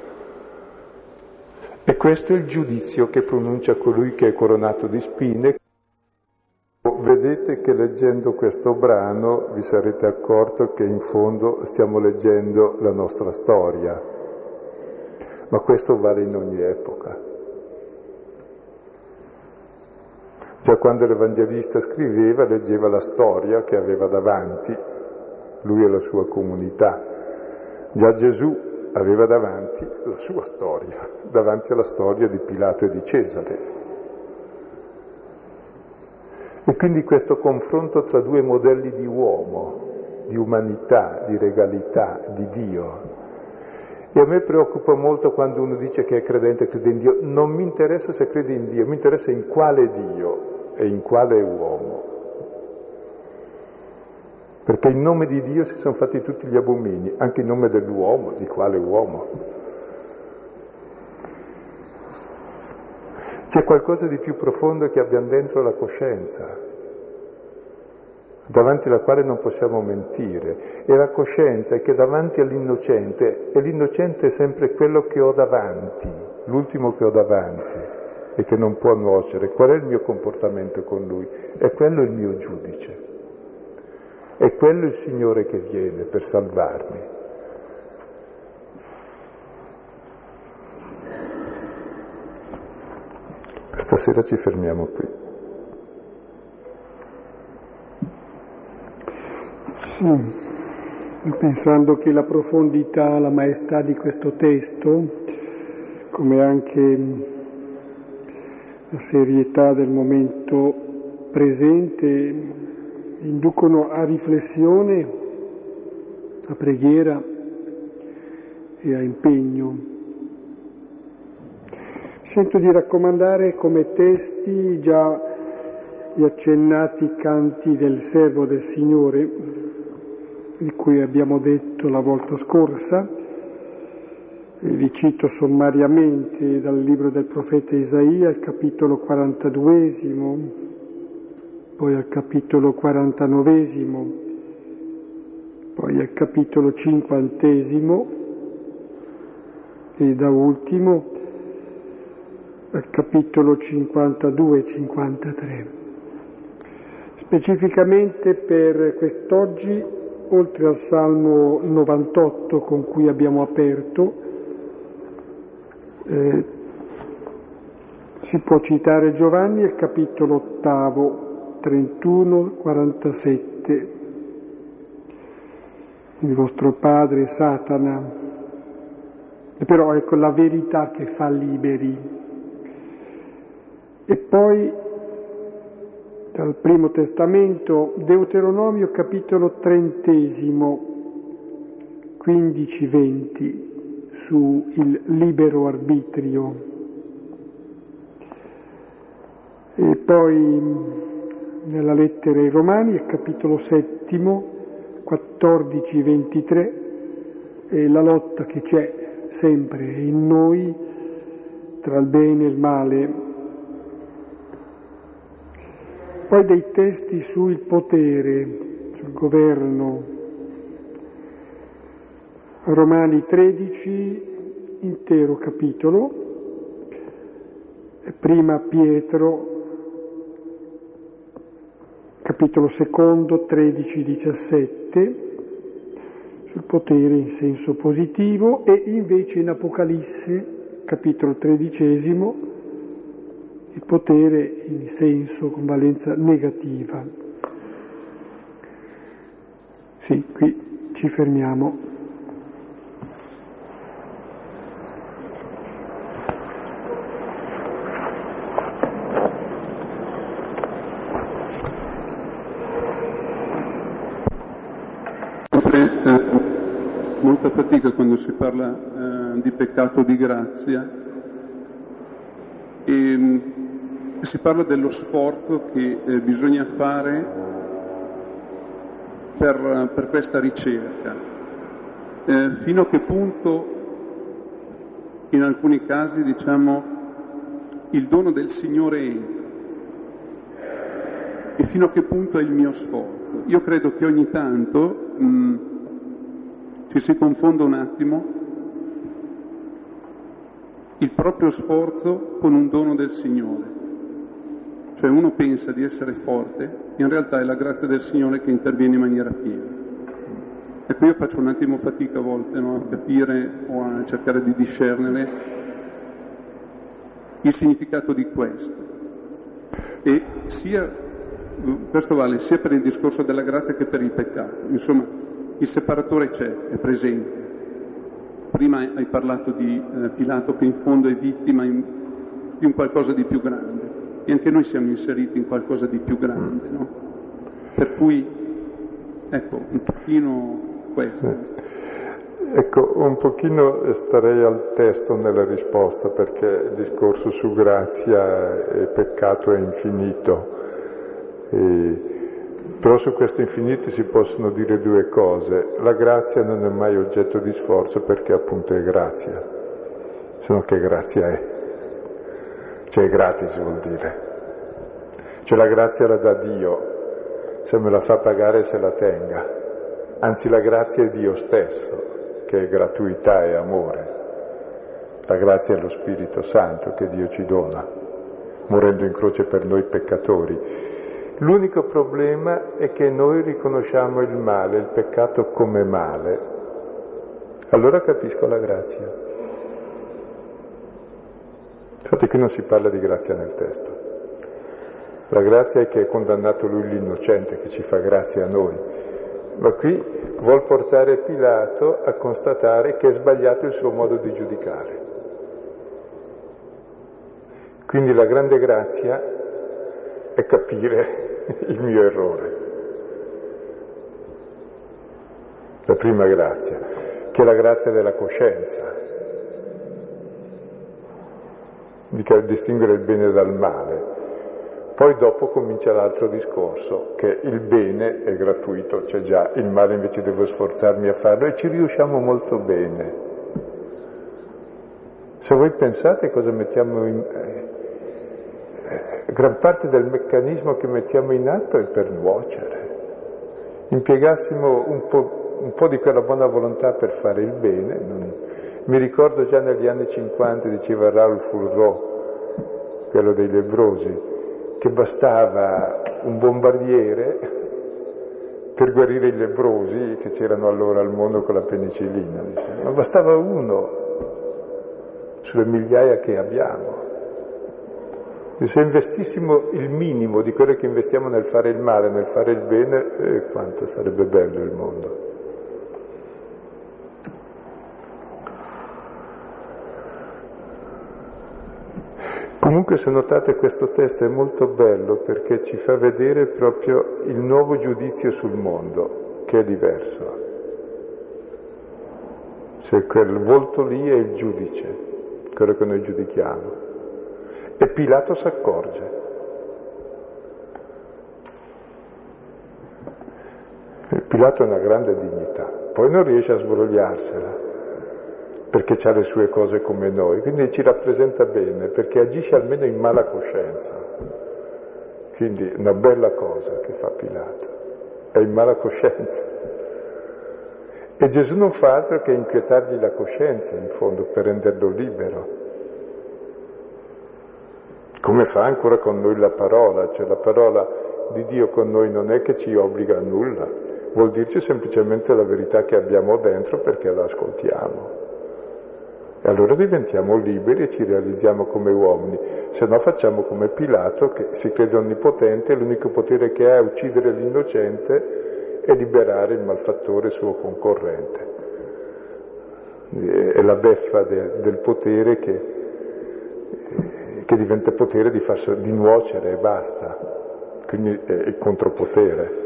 E questo è il giudizio che pronuncia colui che è coronato di spine. Vedete che leggendo questo brano vi sarete accorto che in fondo stiamo leggendo la nostra storia, ma questo vale in ogni epoca. Già quando l'Evangelista scriveva, leggeva la storia che aveva davanti, lui e la sua comunità. Già Gesù aveva davanti la sua storia, davanti alla storia di Pilato e di Cesare. E quindi questo confronto tra due modelli di uomo, di umanità, di regalità, di Dio. E a me preoccupa molto quando uno dice che è credente, crede in Dio. Non mi interessa se crede in Dio, mi interessa in quale Dio e in quale uomo. Perché in nome di Dio si sono fatti tutti gli abomini, anche in nome dell'uomo, di quale uomo? C'è qualcosa di più profondo che abbiamo dentro la coscienza, davanti alla quale non possiamo mentire. E la coscienza è che davanti all'innocente, e l'innocente è sempre quello che ho davanti, l'ultimo che ho davanti, e che non può nuocere. Qual è il mio comportamento con lui? È quello il mio giudice. È quello il Signore che viene per salvarmi. Stasera ci fermiamo qui. Sì, pensando che la profondità, la maestà di questo testo, come anche la serietà del momento presente, inducono a riflessione, a preghiera e a impegno. Sento di raccomandare come testi già gli accennati canti del servo del Signore, di cui abbiamo detto la volta scorsa, e vi cito sommariamente dal libro del profeta Isaia, il capitolo 42, poi al capitolo 49, poi al capitolo 50 e da ultimo al capitolo 52 e 53. Specificamente per quest'oggi, oltre al Salmo 98 con cui abbiamo aperto, si può citare Giovanni al capitolo 8, 31, 47. Il vostro padre Satana. E però ecco la verità che fa liberi. E poi dal Primo Testamento, Deuteronomio capitolo 30, 15-20, su il libero arbitrio. E poi nella lettera ai Romani, il capitolo 7, 14-23, e la lotta che c'è sempre in noi tra il bene e il male. Poi dei testi sul potere, sul governo. Romani 13, intero capitolo, e prima Pietro, capitolo 2, 13-17, sul potere in senso positivo, e invece in Apocalisse, capitolo 13, il potere in senso con valenza negativa. Sì, qui ci fermiamo. Molta fatica quando si parla di peccato di grazia, e si parla dello sforzo che bisogna fare per questa ricerca. Fino a che punto, in alcuni casi, diciamo, il dono del Signore entra e fino a che punto è il mio sforzo. Io credo che ogni tanto ci si confonda un attimo il proprio sforzo con un dono del Signore. Cioè uno pensa di essere forte, in realtà è la grazia del Signore che interviene in maniera piena. Ecco, io faccio un attimo fatica a volte, no, a capire o a cercare di discernere il significato di questo. E questo vale sia per il discorso della grazia che per il peccato. Insomma, il separatore c'è, è presente. Prima hai parlato di Pilato che in fondo è vittima di un qualcosa di più grande. E anche noi siamo inseriti in qualcosa di più grande, no? Per cui, ecco, un pochino questo. Ecco, un pochino starei al testo nella risposta, perché il discorso su grazia e peccato è infinito. Però su questo infinito si possono dire due cose. La grazia non è mai oggetto di sforzo perché appunto è grazia, se no che grazia è? Cioè è gratis vuol dire. Cioè la grazia la dà Dio, se me la fa pagare se la tenga. Anzi la grazia è Dio stesso, che è gratuità e amore. La grazia è lo Spirito Santo che Dio ci dona, morendo in croce per noi peccatori. L'unico problema è che noi riconosciamo il male, il peccato come male. Allora capisco la grazia. Infatti qui non si parla di grazia nel testo. La grazia è che è condannato lui l'innocente, che ci fa grazia a noi. Ma qui vuol portare Pilato a constatare che è sbagliato il suo modo di giudicare. Quindi la grande grazia è capire il mio errore. La prima grazia, che è la grazia della coscienza, di distinguere il bene dal male. Poi dopo comincia l'altro discorso, che il bene è gratuito, c'è già, il male invece devo sforzarmi a farlo e ci riusciamo molto bene. Se voi pensate cosa mettiamo in... gran parte del meccanismo che mettiamo in atto è per nuocere. Impiegassimo un po' di quella buona volontà per fare il bene. Mi ricordo già negli anni 50, diceva Raoul Fourreau, quello dei lebbrosi, che bastava un bombardiere per guarire i lebbrosi che c'erano allora al mondo con la penicillina. Ma bastava uno sulle migliaia che abbiamo. E se investissimo il minimo di quello che investiamo nel fare il male, nel fare il bene, quanto sarebbe bello il mondo. Comunque se notate questo testo è molto bello perché ci fa vedere proprio il nuovo giudizio sul mondo, che è diverso. Cioè quel volto lì è il giudice, quello che noi giudichiamo. E Pilato si accorge. Pilato ha una grande dignità, poi non riesce a sbrogliarsela, perché ha le sue cose come noi, quindi ci rappresenta bene, perché agisce almeno in mala coscienza. Quindi una bella cosa che fa Pilato, è in mala coscienza. E Gesù non fa altro che inquietargli la coscienza, in fondo, per renderlo libero. Come fa ancora con noi la parola, cioè la parola di Dio con noi non è che ci obbliga a nulla, vuol dirci semplicemente la verità che abbiamo dentro perché la ascoltiamo. E allora diventiamo liberi e ci realizziamo come uomini, se no facciamo come Pilato che si crede onnipotente e l'unico potere che ha è uccidere l'innocente e liberare il malfattore suo concorrente. È la beffa del potere che diventa potere di nuocere e basta, quindi è il contropotere.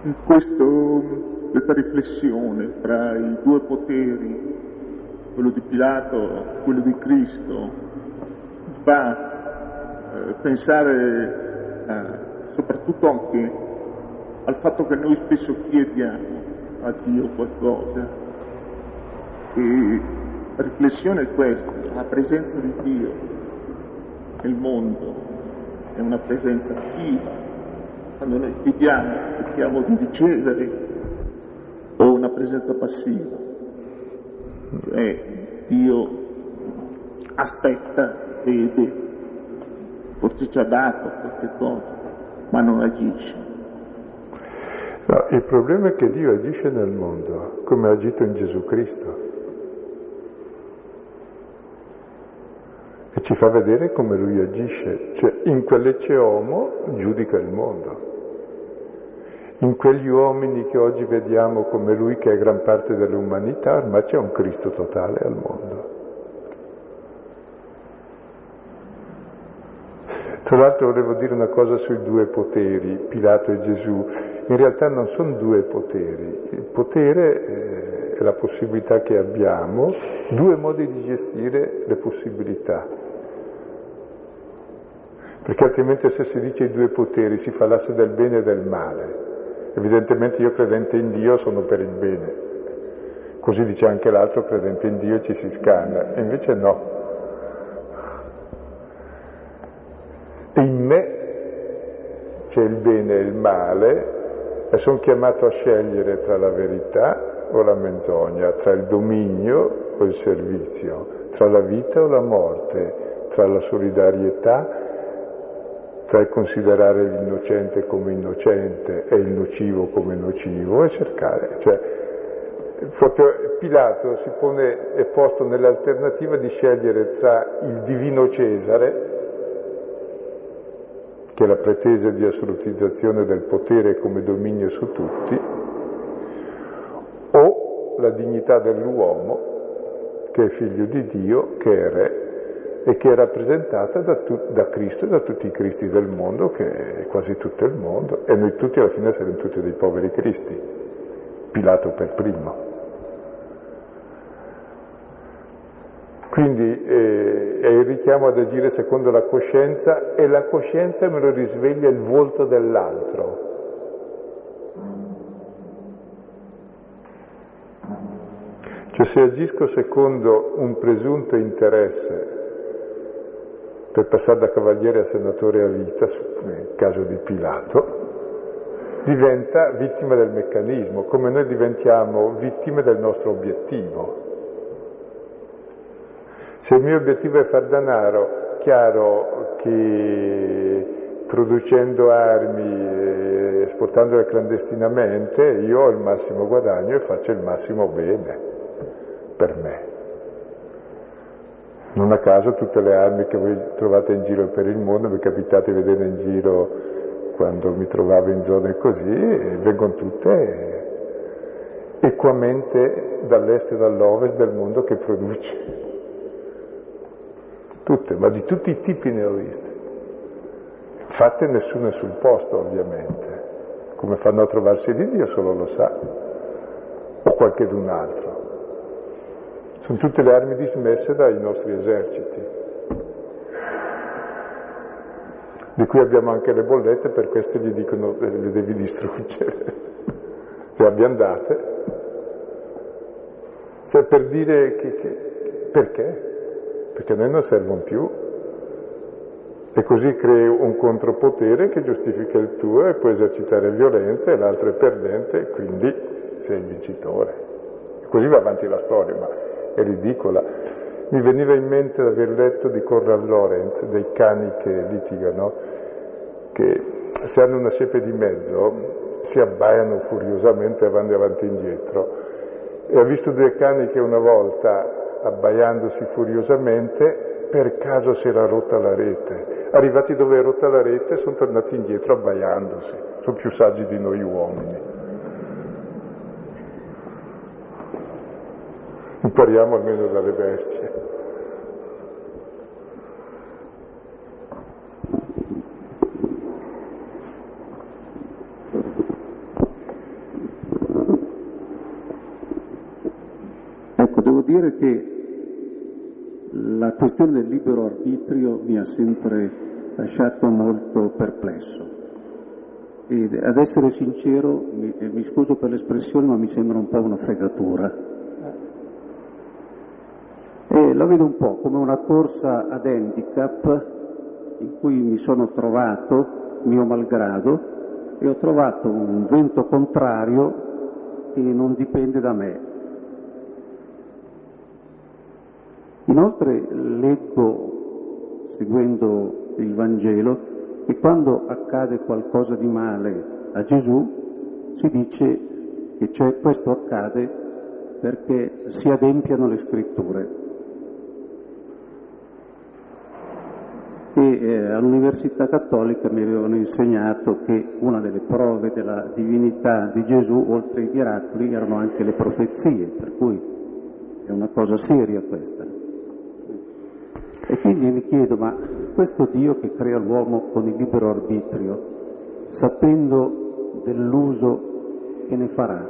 questa riflessione tra i due poteri, quello di Pilato e quello di Cristo, fa pensare soprattutto anche al fatto che noi spesso chiediamo a Dio qualcosa. E la riflessione è questa: la presenza di Dio nel mondo è una presenza attiva. Quando noi chiediamo di ricevere, o una presenza passiva, cioè Dio aspetta, vede, forse ci ha dato qualche cosa, ma non agisce. No, il problema è che Dio agisce nel mondo, come ha agito in Gesù Cristo, e ci fa vedere come Lui agisce, cioè in quell'ecce homo giudica il mondo. In quegli uomini che oggi vediamo come Lui, che è gran parte dell'umanità, ormai c'è un Cristo totale al mondo. Tra l'altro volevo dire una cosa sui due poteri, Pilato e Gesù. In realtà non sono due poteri. Il potere è la possibilità che abbiamo, due modi di gestire le possibilità. Perché altrimenti, se si dice i due poteri, si fa l'asse del bene e del male. Evidentemente io, credente in Dio, sono per il bene. Così dice anche l'altro: credente in Dio, ci si scanna. E invece no. E in me c'è il bene e il male, e sono chiamato a scegliere tra la verità o la menzogna, tra il dominio o il servizio, tra la vita o la morte, tra la solidarietà, tra il considerare l'innocente come innocente e il nocivo come nocivo, e cercare, cioè proprio Pilato è posto nell'alternativa di scegliere tra il divino Cesare, che è la pretesa di assolutizzazione del potere come dominio su tutti, o la dignità dell'uomo, che è figlio di Dio, che è re, e che è rappresentata da Cristo e da tutti i Cristi del mondo, che è quasi tutto il mondo, e noi tutti alla fine saremo tutti dei poveri Cristi, Pilato per primo. Quindi è il richiamo ad agire secondo la coscienza, e la coscienza me lo risveglia il volto dell'altro. Cioè, se agisco secondo un presunto interesse per passare da cavaliere a senatore a vita, nel caso di Pilato, diventa vittima del meccanismo, come noi diventiamo vittime del nostro obiettivo. Se il mio obiettivo è far denaro, chiaro che producendo armi e esportandole clandestinamente io ho il massimo guadagno e faccio il massimo bene per me. Non a caso tutte le armi che voi trovate in giro per il mondo, mi capitate di vedere in giro quando mi trovavo in zone così, vengono tutte equamente dall'est e dall'ovest del mondo che produce. Tutte, ma di tutti i tipi ne ho viste. Fatte nessuna sul posto, ovviamente. Come fanno a trovarsi di Dio solo lo sa, o qualchedun altro. Sono tutte le armi dismesse dai nostri eserciti, di cui abbiamo anche le bollette, per questo gli dicono le devi distruggere, le abbiamo date. Cioè, per dire perché? Perché a noi non servono più, e così crei un contropotere che giustifica il tuo e puoi esercitare violenza, e l'altro è perdente, e quindi sei il vincitore. E così va avanti la storia, ma è ridicola. Mi veniva in mente l'aver letto di Conrad Lorenz, dei cani che litigano, che se hanno una siepe di mezzo si abbaiano furiosamente e vanno avanti e indietro. E ho visto due cani che una volta, abbaiandosi furiosamente, per caso si era rotta la rete. Arrivati dove è rotta la rete sono tornati indietro abbaiandosi. Sono più saggi di noi uomini. Impariamo almeno dalle bestie. dire che la questione del libero arbitrio mi ha sempre lasciato molto perplesso. E ad essere sincero, mi scuso per l'espressione, ma mi sembra un po' una fregatura. E la vedo un po' come una corsa ad handicap in cui mi sono trovato, mio malgrado, e ho trovato un vento contrario che non dipende da me. Inoltre leggo, seguendo il Vangelo, che quando accade qualcosa di male a Gesù si dice che questo accade perché si adempiano le scritture. E all'Università Cattolica mi avevano insegnato che una delle prove della divinità di Gesù, oltre ai miracoli, erano anche le profezie, per cui è una cosa seria questa. E quindi mi chiedo, ma questo Dio che crea l'uomo con il libero arbitrio, sapendo dell'uso che ne farà,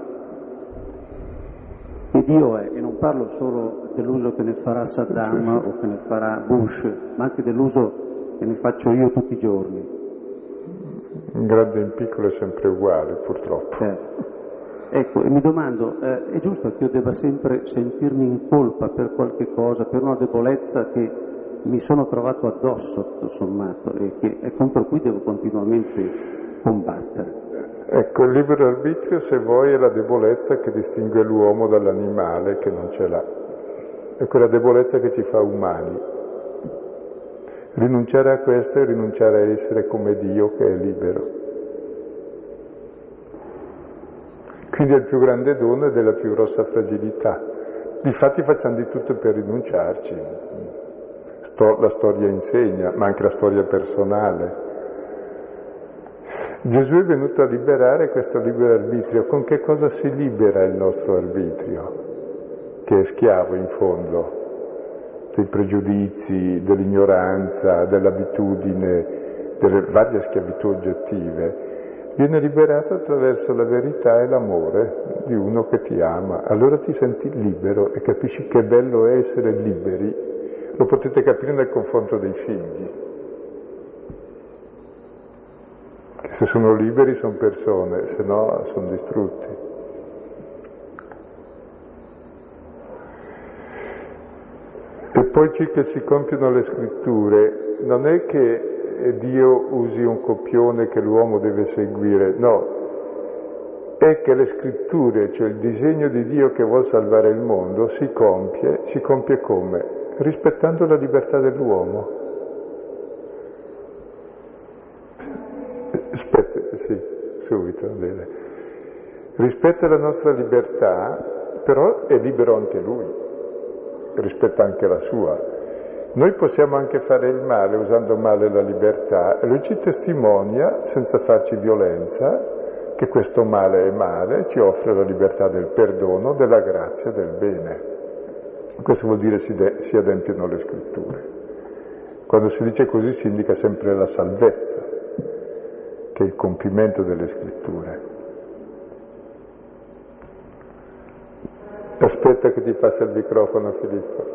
che Dio è, e non parlo solo dell'uso che ne farà Saddam o che ne farà Bush, ma anche dell'uso che ne faccio io tutti i giorni. In grande e in piccolo è sempre uguale, purtroppo. Ecco, e mi domando, è giusto che io debba sempre sentirmi in colpa per qualche cosa, per una debolezza che mi sono trovato addosso, tutto sommato, e contro cui devo continuamente combattere? Ecco, il libero arbitrio, se vuoi, è la debolezza che distingue l'uomo dall'animale che non ce l'ha. È quella debolezza che ci fa umani. Rinunciare a questo è rinunciare a essere come Dio che è libero. Quindi è il più grande dono e della più grossa fragilità. Difatti facciamo di tutto per rinunciarci. La storia insegna, ma anche la storia personale. Gesù è venuto a liberare questo libero arbitrio. Con che cosa si libera il nostro arbitrio? Che è schiavo in fondo dei pregiudizi, dell'ignoranza, dell'abitudine, delle varie schiavitù oggettive. Viene liberato attraverso la verità e l'amore di uno che ti ama. Allora ti senti libero e capisci che bello è essere liberi. Lo potete capire nel confronto dei figli. Che se sono liberi sono persone, se no sono distrutti. E poi che si compiono le scritture, non è che Dio usi un copione che l'uomo deve seguire, no, è che le scritture, cioè il disegno di Dio che vuol salvare il mondo, si compie come? Rispettando la libertà dell'uomo. Aspetta, sì, subito, bene. Rispetta la nostra libertà, però è libero anche lui. Rispetta anche la sua. Noi possiamo anche fare il male usando male la libertà e lui ci testimonia senza farci violenza che questo male è male, ci offre la libertà del perdono, della grazia, del bene. Questo vuol dire si adempiono le scritture. Quando si dice così si indica sempre la salvezza, che è il compimento delle scritture. Aspetta che ti passa il microfono, Filippo.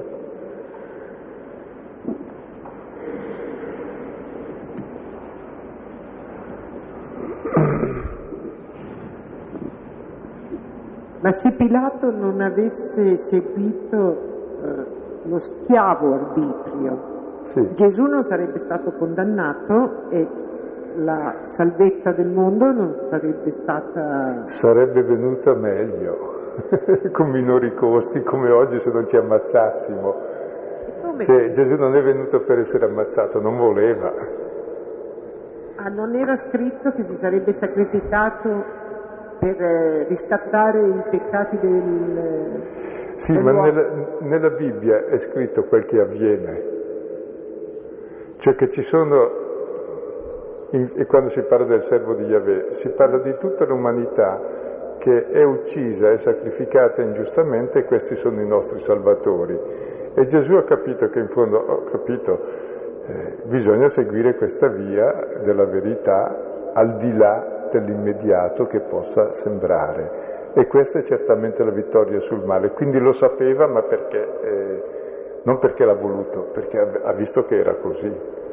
Ma se Pilato non avesse seguito lo schiavo arbitrio, sì. Gesù non sarebbe stato condannato e la salvezza del mondo non sarebbe stata... Sarebbe venuta meglio. Con minori costi, come oggi se non ci ammazzassimo. Cioè, Gesù non è venuto per essere ammazzato, non voleva. Ah, non era scritto che si sarebbe sacrificato per riscattare i peccati del... Sì, ma nella Bibbia è scritto quel che avviene. Cioè che ci sono, e quando si parla del servo di Yahweh, si parla di tutta l'umanità che è uccisa e sacrificata ingiustamente, e questi sono i nostri salvatori. E Gesù ha capito che in fondo, bisogna seguire questa via della verità al di là dell'immediato che possa sembrare. E questa è certamente la vittoria sul male. Quindi lo sapeva, ma perché? Non perché l'ha voluto, perché ha visto che era così.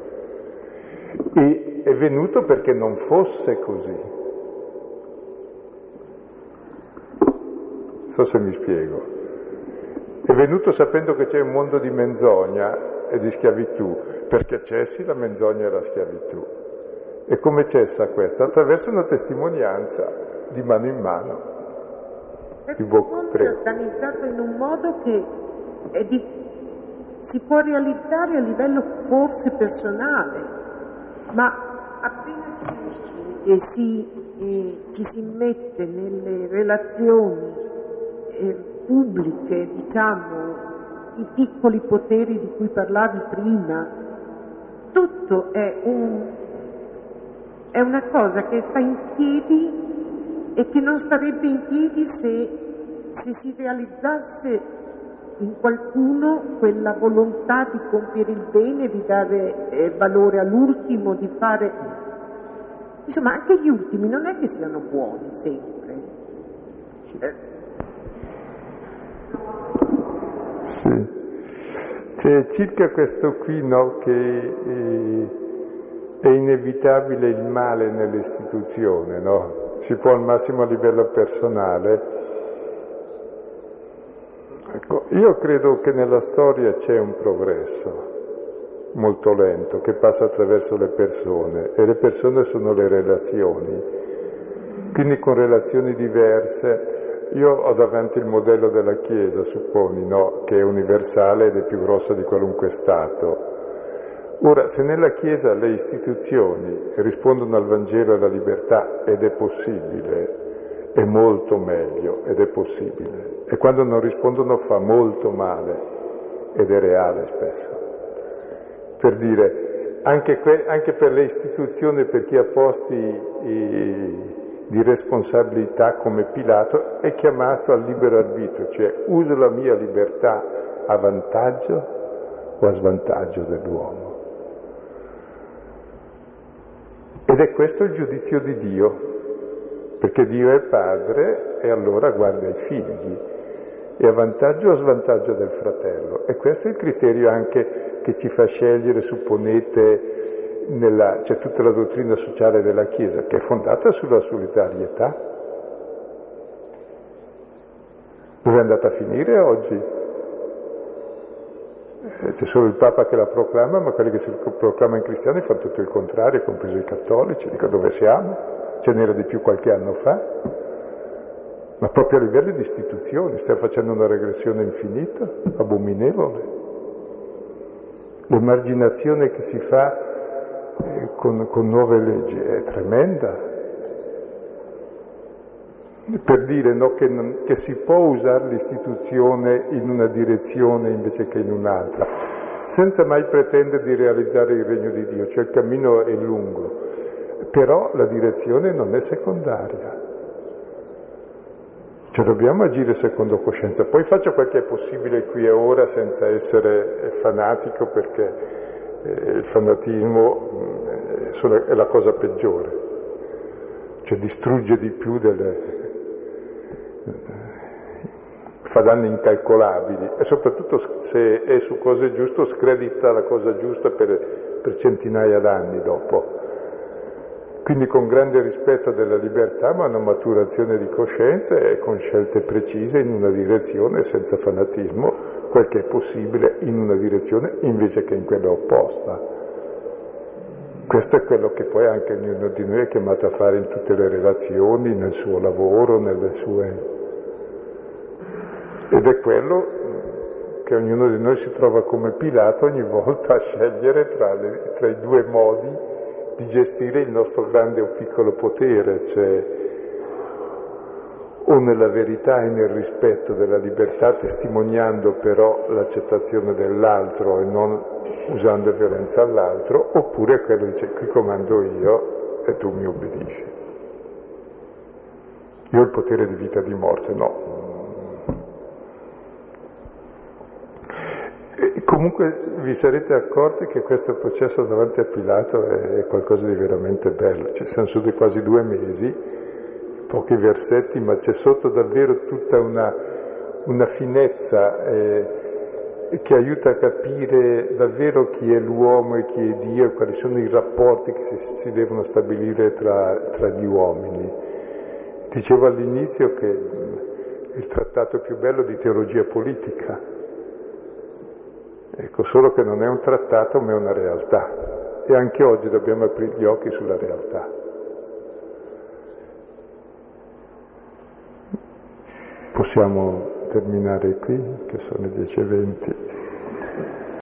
E è venuto perché non fosse così. Non so se mi spiego. È venuto sapendo che c'è un mondo di menzogna e di schiavitù, perché cessi la menzogna e la schiavitù. E come cessa questa? Attraverso una testimonianza di mano in mano. Il mondo è organizzato in un modo che si può realizzare a livello forse personale, ma appena ci si mette nelle relazioni pubbliche, diciamo, i piccoli poteri di cui parlavi prima, tutto è una cosa che sta in piedi e che non starebbe in piedi se si realizzasse in qualcuno quella volontà di compiere il bene, di dare valore all'ultimo, di fare... Insomma, anche gli ultimi non è che siano buoni sempre. Sì. C'è circa questo qui, no, che è inevitabile il male nell'istituzione, no? Si può al massimo a livello personale. Ecco, io credo che nella storia c'è un progresso molto lento che passa attraverso le persone, e le persone sono le relazioni, quindi con relazioni diverse. Io ho davanti il modello della Chiesa, supponi, no? Che è universale ed è più grossa di qualunque Stato. Ora, se nella Chiesa le istituzioni rispondono al Vangelo e alla libertà, ed è possibile, è molto meglio, ed è possibile. E quando non rispondono fa molto male, ed è reale spesso. Per dire, anche per le istituzioni, per chi ha posti di responsabilità come Pilato, è chiamato al libero arbitrio, cioè uso la mia libertà a vantaggio o a svantaggio dell'uomo. Ed è questo il giudizio di Dio, perché Dio è padre e allora guarda i figli, è a vantaggio o a svantaggio del fratello. E questo è il criterio anche che ci fa scegliere, supponete, c'è tutta la dottrina sociale della Chiesa, che è fondata sulla solidarietà. Dove è andata a finire oggi? C'è solo il Papa che la proclama, ma quelli che si proclamano cristiani fanno tutto il contrario, compreso i cattolici. Dico, dove siamo? Ce n'era di più qualche anno fa. Ma proprio a livello di istituzioni stiamo facendo una regressione infinita, abominevole. L'emarginazione che si fa con nuove leggi è tremenda. Per dire, no, che si può usare l'istituzione in una direzione invece che in un'altra, senza mai pretendere di realizzare il regno di Dio, cioè il cammino è lungo, però la direzione non è secondaria. Cioè dobbiamo agire secondo coscienza. Poi faccio quel che è possibile qui e ora senza essere fanatico, perché il fanatismo è la cosa peggiore, cioè distrugge di più fa danni incalcolabili, e soprattutto se è su cose giuste scredita la cosa giusta per centinaia d'anni dopo. Quindi con grande rispetto della libertà, ma una maturazione di coscienza e con scelte precise in una direzione, senza fanatismo, quel che è possibile in una direzione invece che in quella opposta. Questo è quello che poi anche ognuno di noi è chiamato a fare in tutte le relazioni, nel suo lavoro, nelle sue... Ed è quello che ognuno di noi si trova come Pilato ogni volta a scegliere tra i due modi di gestire il nostro grande o piccolo potere, cioè o nella verità e nel rispetto della libertà, testimoniando però l'accettazione dell'altro e non usando violenza all'altro, oppure quello dice: qui comando io e tu mi obbedisci. Io ho il potere di vita e di morte, no. E comunque vi sarete accorti che questo processo davanti a Pilato è qualcosa di veramente bello. Ci siamo stati quasi 2 mesi, pochi versetti, ma c'è sotto davvero tutta una finezza che aiuta a capire davvero chi è l'uomo e chi è Dio e quali sono i rapporti che si devono stabilire tra gli uomini. Dicevo all'inizio che è il trattato più bello di teologia politica. Ecco, solo che non è un trattato ma è una realtà. E anche oggi dobbiamo aprire gli occhi sulla realtà. Possiamo terminare qui, che sono le 10:20.